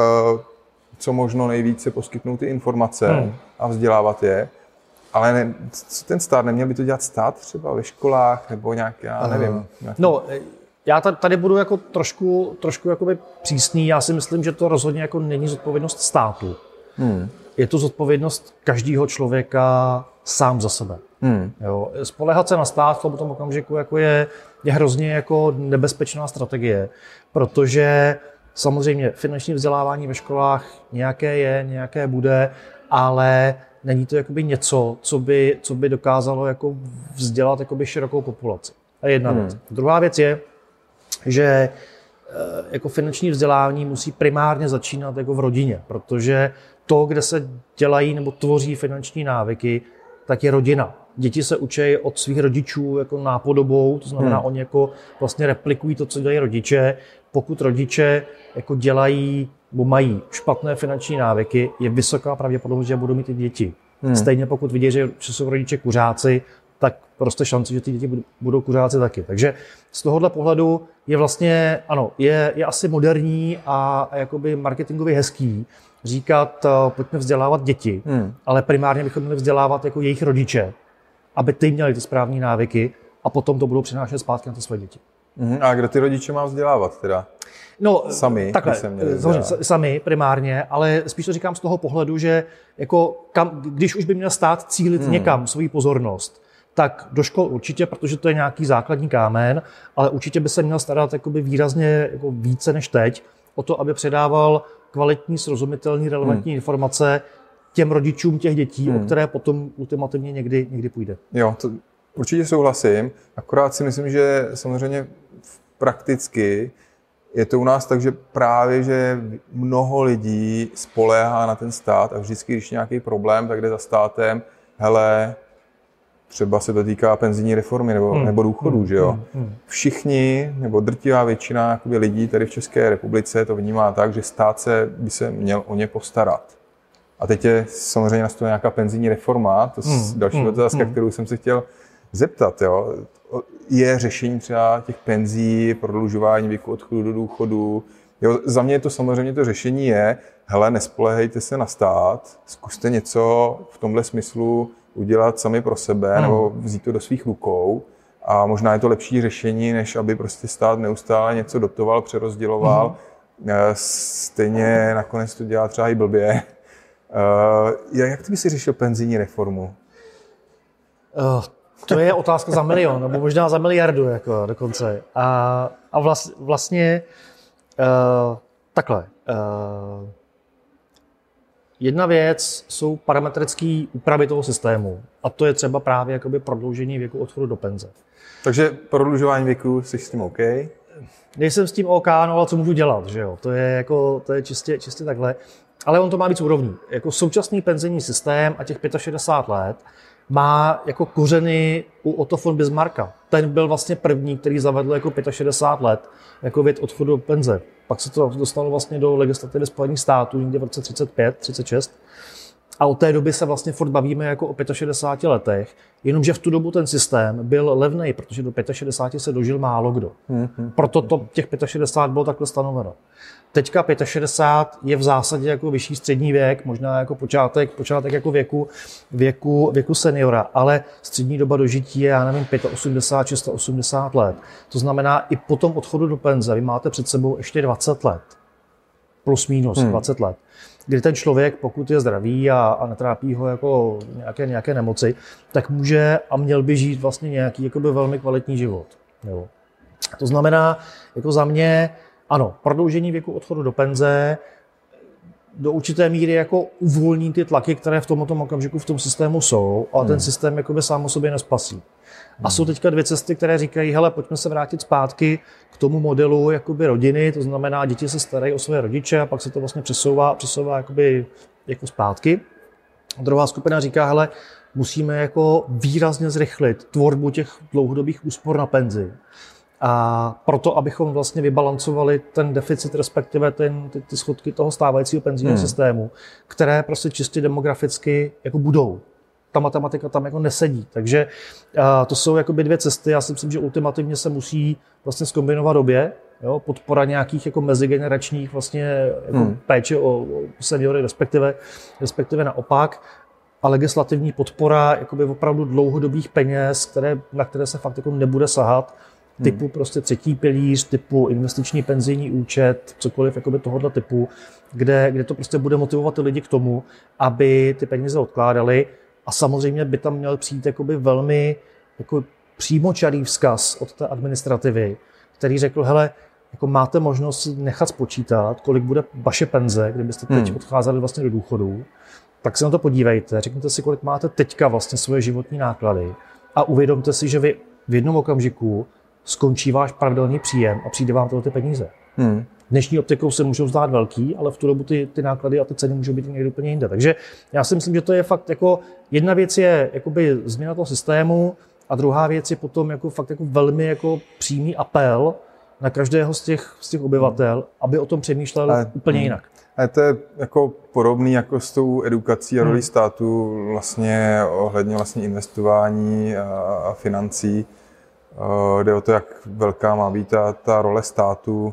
co možno nejvíce poskytnout ty informace a vzdělávat je. Ale ten stát, neměl by to dělat stát třeba ve školách nebo nějaké, já nevím. No, já tady budu jako trošku jakoby přísný. Já si myslím, že to rozhodně jako není zodpovědnost státu. Je to zodpovědnost každého člověka sám za sebe. Jo. Spoléhat se na stát v tom okamžiku jako je hrozně jako nebezpečná strategie, protože samozřejmě finanční vzdělávání ve školách nějaké je, nějaké bude, ale není to jakoby něco, co by dokázalo jako vzdělat jakoby širokou populaci. To je jedna věc. Druhá věc je, že jako finanční vzdělání musí primárně začínat jako v rodině, protože to, kde se dělají nebo tvoří finanční návyky, tak je rodina. Děti se učí od svých rodičů jako nápodobou, to znamená, oni jako vlastně replikují to, co dělají rodiče. Pokud rodiče jako dělají nebo mají špatné finanční návyky, je vysoká pravděpodobnost, že budou mít i děti. Stejně pokud vidí, že jsou rodiče kuřáci, tak prostě šance, že ty děti budou kuřáci taky. Takže z tohohle pohledu je vlastně, ano, je asi moderní a jakoby marketingově hezký říkat, pojďme vzdělávat děti, ale primárně bychom měli vzdělávat jako jejich rodiče, aby ty měli ty správné návyky a potom to budou přinášet zpátky na ty své děti. A kdo ty rodiče má vzdělávat teda? No, sami, takhle, sami primárně, ale spíš to říkám z toho pohledu, že jako když už by měl stát cílit někam svou pozornost, tak do škol určitě, protože to je nějaký základní kámen, ale určitě by se měl starat jakoby výrazně jako více než teď o to, aby předával kvalitní, srozumitelný, relevantní informace těm rodičům těch dětí, o které potom ultimativně někdy půjde. Jo, to určitě souhlasím, akorát si myslím, že samozřejmě prakticky je to u nás tak, že právě, že mnoho lidí spoléhá na ten stát a vždycky, když nějaký problém, tak jde za státem, hele, třeba se to týká penzijní reformy nebo důchodů, že jo. Všichni, nebo drtivá většina jakoby, lidí tady v České republice to vnímá tak, že stát by se měl o ně postarat. A teď je samozřejmě na stole nějaká penzijní reforma, to je další otázka, kterou jsem se chtěl zeptat, jo. Je řešení třeba těch penzí, prodlužování věku odchodu do důchodu. Jo, za mě to samozřejmě to řešení je, hele, nespoléhejte se na stát, zkuste něco v tomhle smyslu udělat sami pro sebe nebo vzít to do svých rukou a možná je to lepší řešení, než aby prostě stát neustále něco dotoval, přerozděloval. Stejně nakonec to dělá třeba i blbě. Jak ty by si řešil penzijní reformu? To je otázka za milion, nebo možná za miliardu jako dokonce. A vlastně takhle. jedna věc jsou parametrické úpravy toho systému a to je třeba právě jakoby prodloužení věku odchodu do penze. Takže prodlužování věku, jsi s tím OK? Nejsem s tím OK, no ale co můžu dělat, že jo? To je čistě takhle. Ale on to má víc úrovní. Jako současný penzijní systém a těch 65 let má jako kořeny u Otto von Bismarcka. Ten byl vlastně první, který zavedl jako 65 let jako věk odchodu do penze. Pak se to dostalo vlastně do legislativy Spojených států někde v roce 35, 36. A od té doby se vlastně furt bavíme jako o 65 letech, jenomže v tu dobu ten systém byl levnej, protože do 65 se dožil málo kdo. Proto to těch 65 bylo takhle stanoveno. Teďka 65 je v zásadě jako vyšší střední věk, možná jako počátek jako věku seniora, ale střední doba dožití je, já nevím, 85, 80 let. To znamená, i po tom odchodu do penze vy máte před sebou ještě 20 let. Plus minus 20 let. Kdy ten člověk, pokud je zdravý a netrápí ho jako nějaké nemoci, tak může a měl by žít vlastně nějaký jakoby velmi kvalitní život. Jo. To znamená, jako za mě, ano, prodloužení věku odchodu do penze do určité míry jako uvolní ty tlaky, které v tomto okamžiku v tom systému jsou, ale ten systém jakoby sám o sobě nespasí. A jsou teďka dvě cesty, které říkají, hele, pojďme se vrátit zpátky k tomu modelu jakoby rodiny, to znamená, děti se starají o své rodiče a pak se to vlastně přesouvá jakoby jako zpátky. A druhá skupina říká, hele, musíme jako výrazně zrychlit tvorbu těch dlouhodobých úspor na penzi. A proto, abychom vlastně vybalancovali ten deficit, respektive ty schodky toho stávajícího penzijního systému, které prostě čistě demograficky jako budou. Ta matematika tam jako nesedí. Takže to jsou jakoby dvě cesty. Já si myslím, že ultimativně se musí vlastně zkombinovat obě. Jo? Podpora nějakých jako mezigeneračních vlastně jako péče o seniory, respektive naopak. A legislativní podpora jakoby opravdu dlouhodobých peněz, na které se fakt jako nebude sahat. Typu prostě třetí pilíř, typu investiční penzijní účet, cokoliv jakoby tohoto typu, kde to prostě bude motivovat ty lidi k tomu, aby ty peníze odkládali. A samozřejmě by tam měl přijít jakoby velmi jako přímočarý vzkaz od té administrativy, který řekl, hele, jako máte možnost nechat spočítat, kolik bude vaše penze, kdybyste teď odcházeli vlastně do důchodu, tak se na to podívejte, řekněte si, kolik máte teďka vlastně svoje životní náklady a uvědomte si, že vy v jednom okamžiku skončí váš pravidelný příjem a přijde vám ty peníze. Dnešní optikou se můžou zdát velký, ale v tu dobu ty náklady a ty ceny můžou být někde úplně jinde. Takže já si myslím, že to je fakt jako jedna věc je jakoby změna toho systému a druhá věc je potom jako fakt jako velmi jako přímý apel na každého z těch obyvatel, aby o tom přemýšlel úplně jinak. A to je jako podobný jako s tou edukací a rolí státu vlastně ohledně vlastně investování a financí. Jde o to, jak velká má být ta role státu.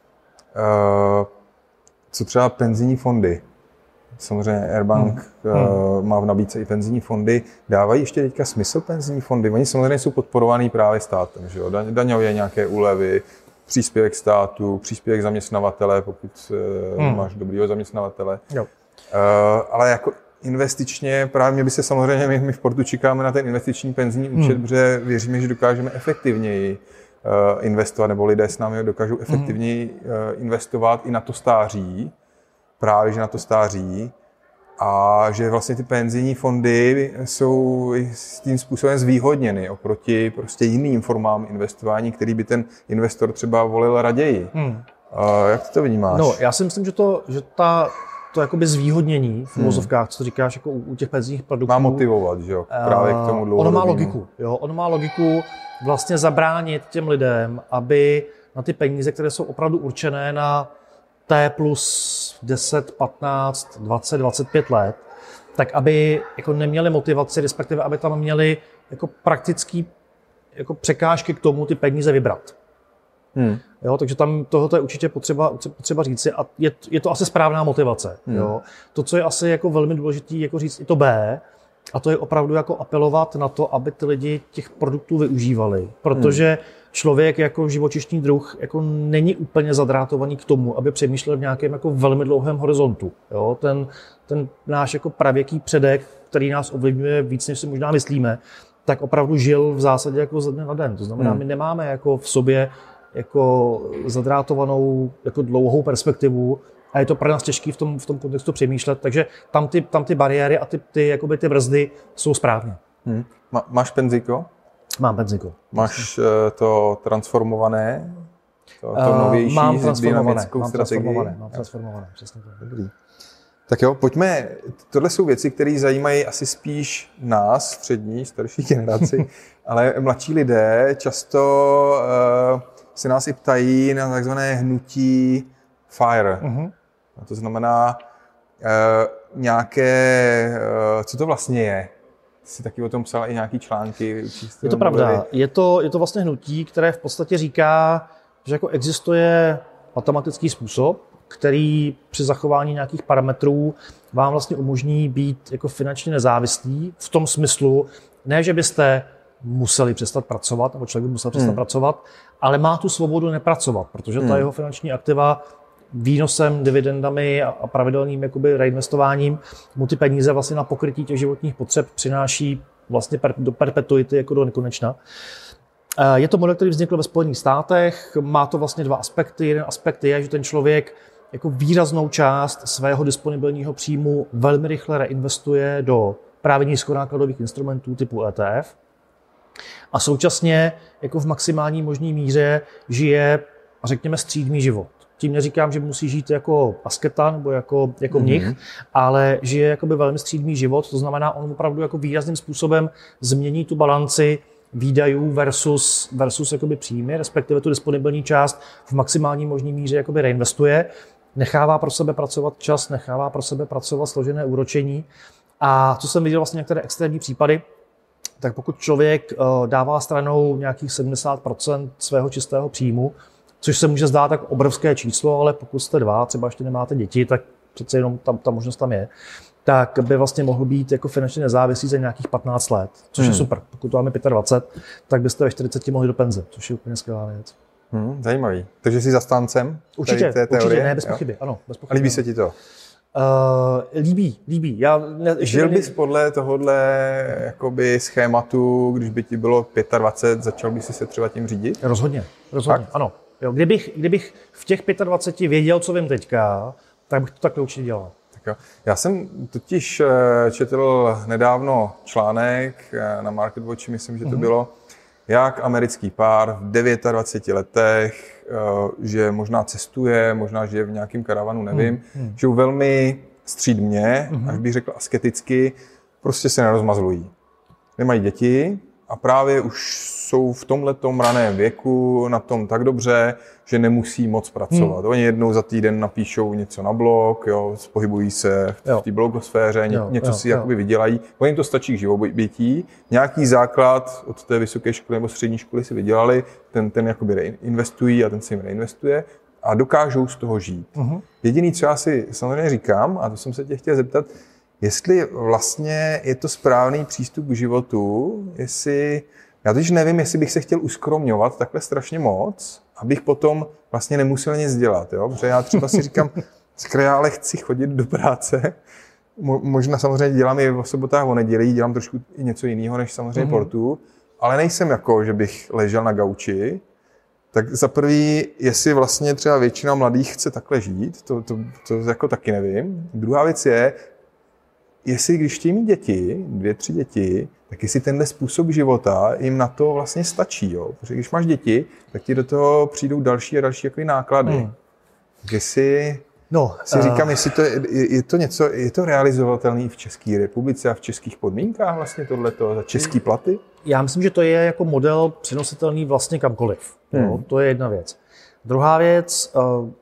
Co třeba penzijní fondy. Samozřejmě Airbank má v nabídce i penzijní fondy. Dávají ještě teďka smysl penzijní fondy? Oni samozřejmě jsou podporovaný právě státem. Že jo? Daňově nějaké úlevy, příspěvek státu, příspěvek zaměstnavatele, pokud máš dobrýho zaměstnavatele. Jo. Ale jako investičně, právě mě by se samozřejmě, my v Portu čekáme na ten investiční penzijní účet, protože věříme, že dokážeme efektivněji investovat, nebo lidé s námi dokážou efektivněji investovat i na to stáří, právě že na to stáří, a že vlastně ty penzijní fondy jsou s tím způsobem zvýhodněny oproti prostě jiným formám investování, který by ten investor třeba volil raději. Jak ty to vnímáš? No, já si myslím, že to jakoby zvýhodnění v uvozovkách, co říkáš, jako u těch penzijních produktů. Má motivovat, že jo, právě k tomu dlouhodobému. Ono má logiku, jo. Ono má logiku vlastně zabránit těm lidem, aby na ty peníze, které jsou opravdu určené na T plus 10, 15, 20, 25 let, tak aby jako neměli motivaci, respektive aby tam měli jako praktický jako překážky k tomu ty peníze vybrat. Jo, takže tam tohoto je určitě potřeba říci a je to asi správná motivace. Jo. To, co je asi jako velmi důležité jako říct i to B, a to je opravdu jako apelovat na to, aby ty lidi těch produktů využívali, protože člověk jako živočišný druh jako není úplně zadrátovaný k tomu, aby přemýšlel v nějakém jako velmi dlouhém horizontu. Jo. Ten náš jako pravěký předek, který nás ovlivňuje víc, než si možná myslíme, tak opravdu žil v zásadě jako ze dne na den. To znamená, my nemáme jako v sobě jako zadrátovanou jako dlouhou perspektivu a je to pro nás těžké v tom kontextu přemýšlet, takže tam ty bariéry a ty brzdy jsou správně. Máš penziko? Mám penziko. Máš to transformované? To novější dynamickou strategii? Mám transformované, přesně tak. Dobrý. Tak jo, pojďme. Tohle jsou věci, které zajímají asi spíš nás, střední, starší generaci, ale mladší lidé často se nás i ptají na takzvané hnutí FIRE. Uh-huh. To znamená nějaké, co to vlastně je? Jsi taky o tom psal i nějaký články. Je to pravda. Je to vlastně hnutí, které v podstatě říká, že jako existuje matematický způsob, který při zachování nějakých parametrů vám vlastně umožní být jako finančně nezávislý v tom smyslu, ne, že byste museli přestat pracovat, nebo člověk by musel přestat pracovat, ale má tu svobodu nepracovat, protože ta jeho finanční aktiva výnosem, dividendami a pravidelným jakoby reinvestováním mu ty peníze vlastně na pokrytí těch životních potřeb přináší vlastně do perpetuity, jako do nekonečna. Je to model, který vznikl ve Spojených státech, má to vlastně dva aspekty. Jeden aspekt je, že ten člověk jako výraznou část svého disponibilního příjmu velmi rychle reinvestuje do právě nízkonákladových instrumentů typu ETF a současně jako v maximální možné míře žije, řekněme, střídmý život. Tím neříkám, že musí žít jako asketa nebo jako mnich, ale žije jakoby velmi střídmý život, to znamená, on opravdu jako výrazným způsobem změní tu balanci výdajů versus jakoby příjmy, respektive tu disponibilní část v maximální možné míře jakoby reinvestuje, nechává pro sebe pracovat čas, nechává pro sebe pracovat složené úročení. A co jsem viděl vlastně některé extrémní případy, tak pokud člověk dává stranou nějakých 70% svého čistého příjmu, což se může zdát tak obrovské číslo, ale pokud jste dva, třeba ještě nemáte děti, tak přece jenom ta možnost tam je, tak by vlastně mohl být jako finančně nezávislý za nějakých 15 let, což je super. Pokud to máme 25, tak byste ve 40 mohli do penze, což je úplně skvělá věc. Zajímavý. Takže jsi zastáncem určitě, té teorie? Určitě, ne, bez pochyby, ano. Bez pochyby, a líbí se ti to? Líbí. Žil bys podle tohohle jakoby schématu, když by ti bylo 25, začal bys se třeba tím řídit? Rozhodně, ano. Jo, kdybych v těch 25 věděl, co vím teďka, tak bych to takhle určitě dělal. Tak jo. Já jsem totiž četl nedávno článek na MarketWatchi, myslím, že to bylo, jak americký pár v 29 letech, že možná cestuje, možná žije v nějakém karavanu, nevím, žijou velmi střídmě, až bych řekl asketicky, prostě se nerozmazlují. Nemají děti a právě už jsou v tomhletom raném věku na tom tak dobře, že nemusí moc pracovat. Oni jednou za týden napíšou něco na blog, pohybují se v té blogosféře, něco si jakoby vydělají. Oni to stačí k živobytí. Nějaký základ od té vysoké školy nebo střední školy si vydělali, ten jakoby reinvestují a ten si jim reinvestuje a dokážou z toho žít. Jediný, co já si samozřejmě říkám, a to jsem se tě chtěl zeptat, jestli vlastně je to správný přístup k životu, já totiž nevím, jestli bych se chtěl uskromňovat takhle strašně moc, abych potom vlastně nemusel nic dělat, jo? Protože já třeba si říkám, skvěle, ale chci chodit do práce, možná samozřejmě dělám i o sobotách, o nedělí, dělám trošku i něco jiného než samozřejmě portu, ale nejsem jako, že bych ležel na gauči, tak za prvý, jestli vlastně třeba většina mladých chce takhle žít, to jako taky nevím. Druhá věc je, jestli když chtějí mít děti, 2-3 děti, tak jestli tenhle způsob života jim na to vlastně stačí. Jo? Protože když máš děti, tak ti do toho přijdou další a další jako náklady. Takže si říkám, jestli je to realizovatelné v České republice a v českých podmínkách vlastně tohleto za český platy? Já myslím, že to je jako model přenositelný vlastně kamkoliv. Jo? To je jedna věc. Druhá věc,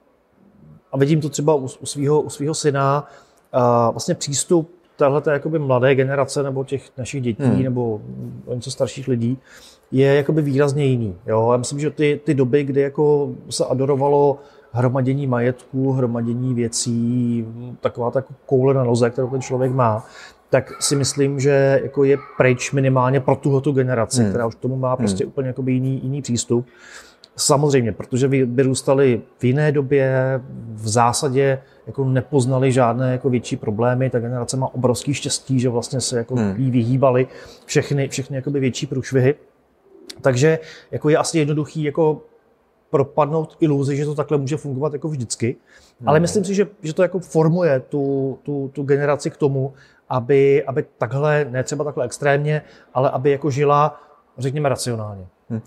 a vidím to třeba u svého syna, vlastně přístup téhleté jakoby mladé generace nebo těch našich dětí nebo něco starších lidí je jakoby výrazně jiný. Jo? Já myslím, že ty doby, kdy jako se adorovalo hromadění majetku, hromadění věcí, taková ta koule na noze, kterou ten člověk má, tak si myslím, že jako je pryč minimálně pro tuhletu generaci, která už k tomu má prostě úplně jakoby jiný přístup. Samozřejmě, protože vyrůstali v jiné době, v zásadě jako nepoznali žádné jako větší problémy, ta generace má obrovský štěstí, že vlastně se jako jí vyhýbaly všechny jakoby větší průšvihy. Takže jako je asi jednoduchý jako propadnout iluzi, že to takhle může fungovat jako vždycky. Ale myslím si, že to jako formuje tu generaci k tomu, aby takhle, ne třeba takhle extrémně, ale aby jako žila, řekněme, racionálně.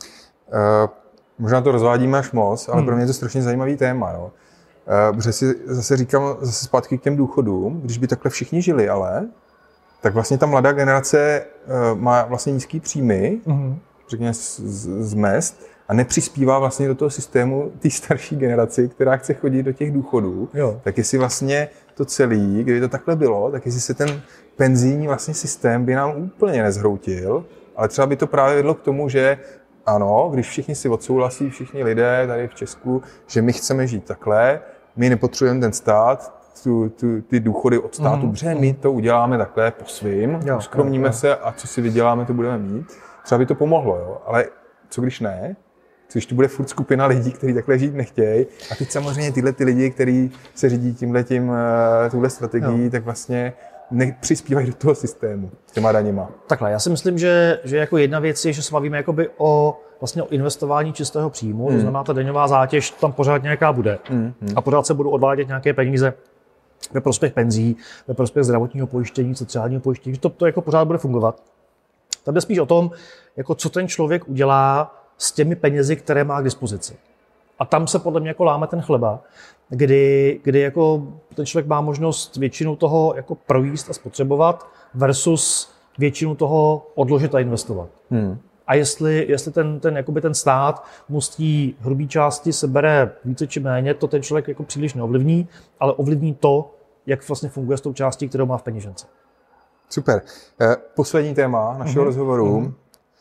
Možná to rozvádíme až moc, ale pro mě je to strašně zajímavý téma. Jo. Protože si zase říkám zase zpátky k těm důchodům, když by takhle všichni žili, ale tak vlastně ta mladá generace má vlastně nízký příjmy, řekněme z mezd, a nepřispívá vlastně do toho systému té starší generaci, která chce chodit do těch důchodů. Tak jestli vlastně to celé, kdyby to takhle bylo, tak jestli se ten penzijní vlastně systém by nám úplně nezhroutil, ale třeba by to právě vedlo k tomu, že ano, když všichni si odsouhlasí, všichni lidé tady v Česku, že my chceme žít takhle, my nepotřebujeme ten stát, ty důchody od státu, protože my to uděláme takhle po svým, uskromníme se a co si vyděláme, to budeme mít. Třeba by to pomohlo, jo? Ale co když ne? Co když tu bude furt skupina lidí, kteří takhle žít nechtějí, a teď samozřejmě tyhle ty lidi, kteří se řídí touhle strategií, tak vlastně nepřispívají do toho systému s těma daněma. Takhle, já si myslím, že jako jedna věc je, že se bavíme jakoby o investování čistého příjmu, to znamená, ta daňová zátěž tam pořád nějaká bude a pořád se budou odvádět nějaké peníze ve prospěch penzí, ve prospěch zdravotního pojištění, sociálního pojištění, že to jako pořád bude fungovat. Tam jde spíš o tom, jako co ten člověk udělá s těmi penězi, které má k dispozici. A tam se podle mě jako láme ten chleba, kdy jako ten člověk má možnost většinu toho jako projíst a spotřebovat versus většinu toho odložit a investovat. A jestli ten stát mu z té hrubé části sebere více či méně, to ten člověk jako příliš neovlivní, ale ovlivní to, jak vlastně funguje s tou částí, kterou má v peněžence. Super. Poslední téma našeho rozhovoru.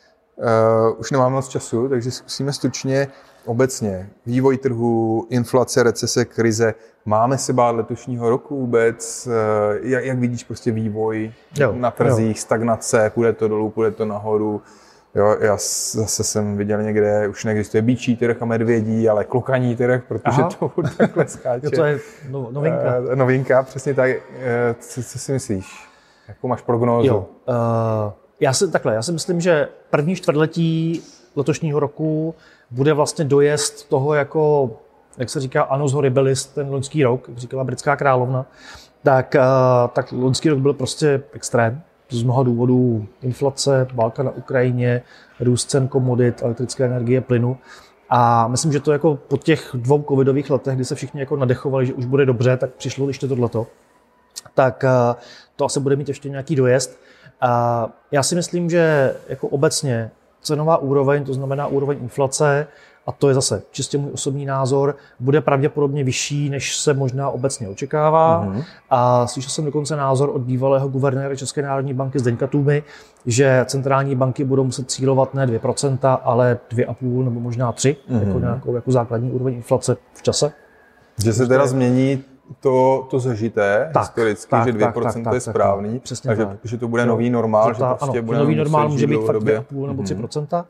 Už nemáme moc času, takže zkusíme stručně obecně. Vývoj trhu, inflace, recese, krize. Máme se bát letošního roku vůbec? Jak vidíš prostě vývoj na trzích, stagnace, půjde to dolů, půjde to nahoru? Jo, já zase jsem viděl někde, už neexistuje býčí trh a medvědí, ale klokaní trh, protože to takhle skáče. To je novinka. Novinka, přesně tak. Co si myslíš? Jakou máš prognózu? Já si myslím, že první čtvrtletí letošního roku bude vlastně dojezd toho, jako, jak se říká, annus horribilis, ten loňský rok, jak říkala britská královna, tak loňský rok byl prostě extrém. Z mnoha důvodů: inflace, válka na Ukrajině, růst cen komodit, elektrické energie, plynu. A myslím, že to jako po těch 2 covidových letech, kdy se všichni jako nadechovali, že už bude dobře, tak přišlo ještě tohleto. Tak to asi bude mít ještě nějaký dojezd. Já si myslím, že jako obecně cenová úroveň, to znamená úroveň inflace, a to je zase čistě můj osobní názor, bude pravděpodobně vyšší, než se možná obecně očekává. A slyšel jsem dokonce názor od bývalého guvernéra České národní banky Zdeňka Tůmy, že centrální banky budou muset cílovat ne 2%, ale 2,5 nebo možná 3%, jako nějakou jako základní úroveň inflace v čase. Že se teda změní to zažité historicky, že 2% je správný, takže že to bude nový normál, že prostě bude nový normál může být fakt 2,5 nebo 3%.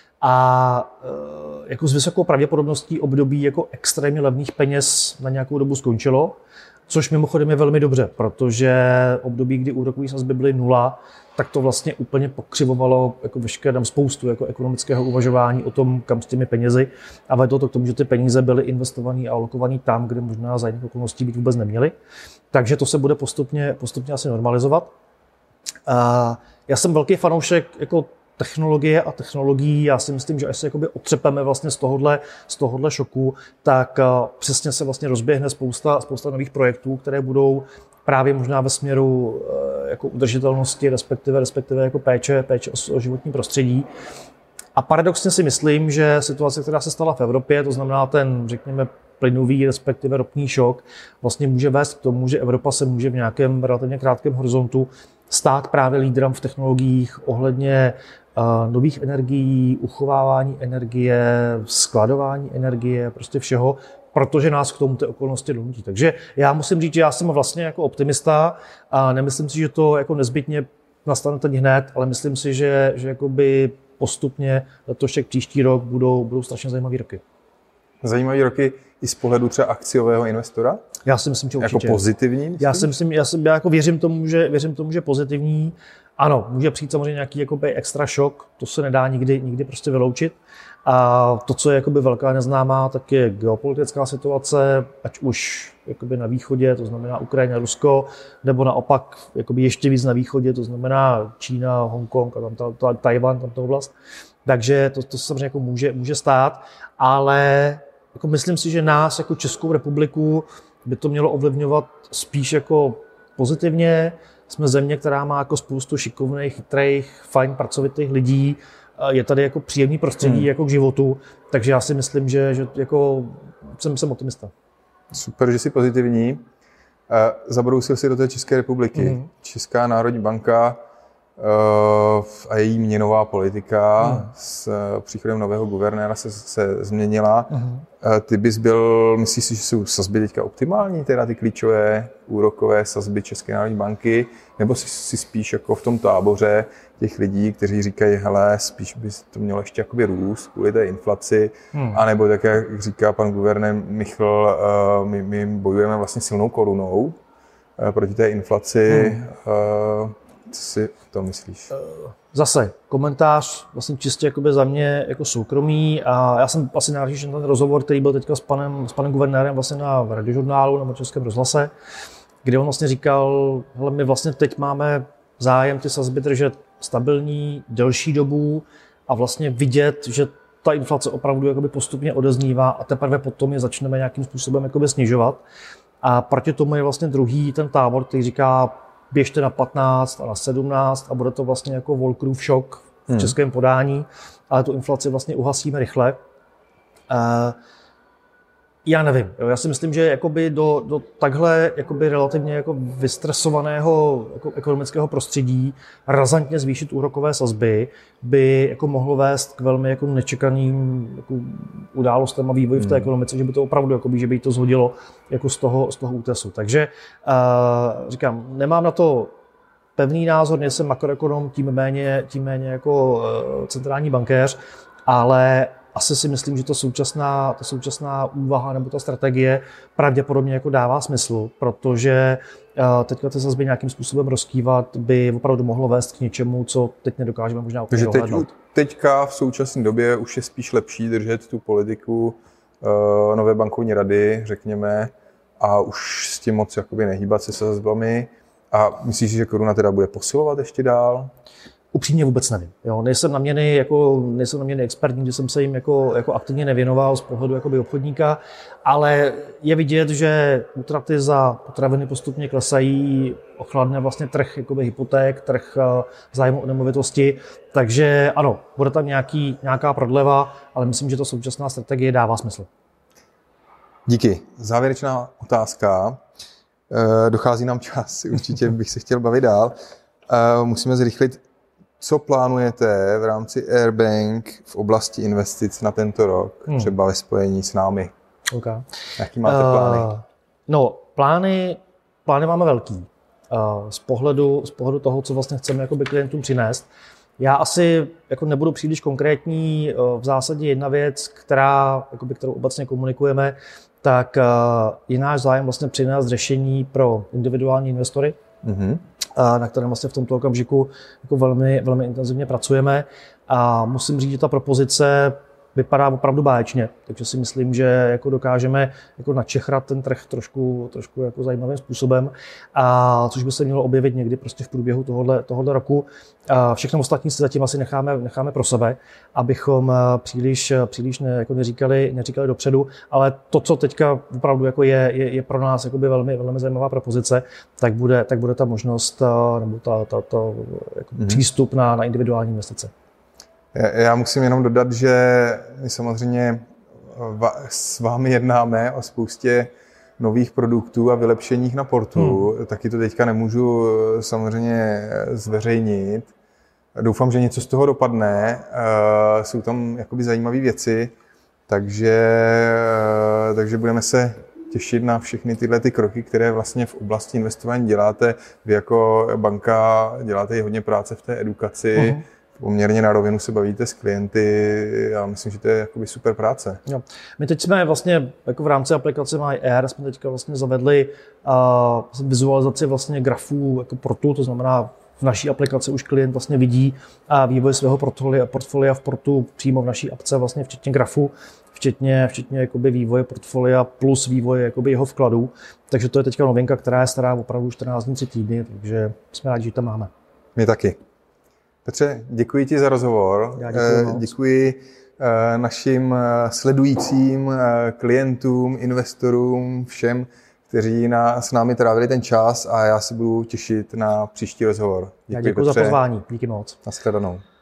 A jako s vysokou pravděpodobností období jako extrémně levných peněz na nějakou dobu skončilo, což mimochodem je velmi dobře, protože období, kdy úrokové sazby byly 0, tak to vlastně úplně pokřivovalo jako veškeré spoustu jako ekonomického uvažování o tom, kam s těmi penězi, a vedlo to k tomu, že ty peníze byly investované a alokované tam, kde možná za jiných okolností být vůbec neměly. Takže to se bude postupně asi normalizovat. Já jsem velký fanoušek jako technologie a technologií. Já si myslím, že až se jakoby otřepeme vlastně z tohohle šoku, tak přesně se vlastně rozběhne spousta nových projektů, které budou právě možná ve směru jako udržitelnosti, respektive jako péče o životní prostředí. A paradoxně si myslím, že situace, která se stala v Evropě, to znamená ten, řekněme, plynový, respektive ropný šok, vlastně může vést k tomu, že Evropa se může v nějakém relativně krátkém horizontu stát právě lídrem v technologiích ohledně nových energií, uchovávání energie, skladování energie, prostě všeho, protože nás k tomu ty okolnosti donutí. Takže já musím říct, že já jsem vlastně jako optimista a nemyslím si, že to jako nezbytně nastane teď hned, ale myslím si, že jakoby postupně letošek příští rok budou strašně zajímavý roky. Zajímavý roky i z pohledu třeba akciového investora? Já si myslím, že určitě. Jako pozitivní? Já jako věřím tomu, že pozitivní. Ano, může přijít samozřejmě nějaký jakoby extra šok, to se nedá nikdy prostě vyloučit, A to, co je jakoby velká neznámá, tak je geopolitická situace, ať už jakoby na východě, to znamená Ukrajina, Rusko, nebo naopak jakoby ještě víc na východě, to znamená Čína, Hongkong a tam Tajvan, tam ta oblast. Takže to se samozřejmě jako může stát, ale jako myslím si, že nás jako Českou republiku by to mělo ovlivňovat spíš jako pozitivně. Jsme země, která má jako spoustu šikovných, chytrých, fajn, pracovitých lidí. Je tady jako příjemný prostředí jako k životu, takže já si myslím, že jako jsem optimista. Super, že jsi pozitivní. Zabrousil si do té České republiky. Česká národní banka a její měnová politika s příchodem nového guvernéra se změnila. Ty bys myslíš si, že jsou sazby teďka optimální, teda ty klíčové úrokové sazby České národní banky, nebo si spíš jako v tom táboře těch lidí, kteří říkají, hele, spíš by to mělo ještě jakoby růst kvůli té inflaci, anebo tak, jak říká pan guvernér Michl, my bojujeme vlastně silnou korunou proti té inflaci. Co si to myslíš? Zase komentář vlastně čistě jakoby za mě jako soukromý a já jsem asi narážil na ten rozhovor, který byl teďka s panem guvernérem vlastně na Radiožurnálu nebo Českém rozhlase, kde on vlastně říkal, hele, my vlastně teď máme zájem ty sazby držet stabilní, delší dobu a vlastně vidět, že ta inflace opravdu jakoby postupně odeznívá a teprve potom je začneme nějakým způsobem jakoby snižovat. A proti tomu je vlastně druhý ten tábor, který říká, běžte na 15 a na 17 a bude to vlastně jako Volckerův šok v českém podání, ale tu inflaci vlastně uhasíme rychle. Já nevím. Já si myslím, že jakoby do takhle jakoby relativně jako vystresovaného jako ekonomického prostředí razantně zvýšit úrokové sazby by jako mohlo vést k velmi jako nečekaným jako událostem a vývoji v té ekonomice, že by to opravdu jakoby, že by to zhodilo jako z toho útesu. Takže říkám, nemám na to pevný názor, nejsem makroekonom, tím méně jako centrální bankéř, ale asi si myslím, že ta současná úvaha nebo ta strategie pravděpodobně jako dává smysl, protože teďka ty sazby nějakým způsobem rozkývat by opravdu mohlo vést k něčemu, co teď nedokážeme možná úplně dohlédnout. Teďka v současné době už je spíš lepší držet tu politiku nové bankovní rady, řekněme, a už s tím moc jakoby nehýbat se sazbami. A myslíš, že koruna teda bude posilovat ještě dál? Upřímně vůbec nevím. Jo, nejsem na měny expert, nikdy jsem se jim jako aktivně nevěnoval z pohledu jakoby obchodníka, ale je vidět, že útraty za potraviny postupně klesají, ochladne vlastně trh jakoby hypoték, trh zájmu o nemovitosti, takže ano, bude tam nějaká prodleva, ale myslím, že to současná strategie dává smysl. Díky. Závěrečná otázka. Dochází nám čas, určitě bych se chtěl bavit dál. Musíme zrychlit. Co plánujete v rámci Airbank v oblasti investic na tento rok, třeba ve spojení s námi? Okay. Jaký máte plány? Plány máme velký. Z pohledu toho, co vlastně chceme jakoby klientům přinést. Já asi jako nebudu příliš konkrétní. V zásadě jedna věc, kterou obecně komunikujeme, tak je náš zájem vlastně přinést řešení pro individuální investory. Na kterém vlastně v tomto okamžiku jako velmi, velmi intenzivně pracujeme. A musím říct, že ta propozice vypadá opravdu báječně, takže si myslím, že jako dokážeme jako načechrat ten trh trošku jako zajímavým způsobem, a což by se mělo objevit někdy prostě v průběhu tohohle roku. Všechno ostatní si zatím asi necháme pro sebe, abychom příliš neříkali dopředu, ale to, co teďka opravdu jako je pro nás jakoby velmi, velmi zajímavá propozice, tak bude ta možnost nebo jako přístup na individuální investice. Já musím jenom dodat, že my samozřejmě s vámi jednáme o spoustě nových produktů a vylepšeních na portu. Taky to teďka nemůžu samozřejmě zveřejnit. Doufám, že něco z toho dopadne. Jsou tam jakoby zajímavé věci, takže budeme se těšit na všechny tyhle ty kroky, které vlastně v oblasti investování děláte. Vy jako banka děláte i hodně práce v té edukaci. Poměrně na rovinu se bavíte s klienty. Já myslím, že to je jakoby super práce. Jo. My teď jsme vlastně jako v rámci aplikace MyAir jsme teďka vlastně zavedli vizualizaci vlastně grafů jako portu, to znamená v naší aplikaci už klient vlastně vidí a vývoj svého portfolia v portu přímo v naší apce, vlastně včetně grafu, včetně jakoby vývoje portfolia plus vývoje jakoby jeho vkladů. Takže to je teďka novinka, která je stará opravdu 14 dní, 3 týdny, takže jsme rádi, že tam máme. My taky. Petře, děkuji ti za rozhovor. Děkuji našim sledujícím, klientům, investorům, všem, kteří s námi trávili ten čas a já se budu těšit na příští rozhovor. Děkuji za pozvání. Díky moc. Nashledanou.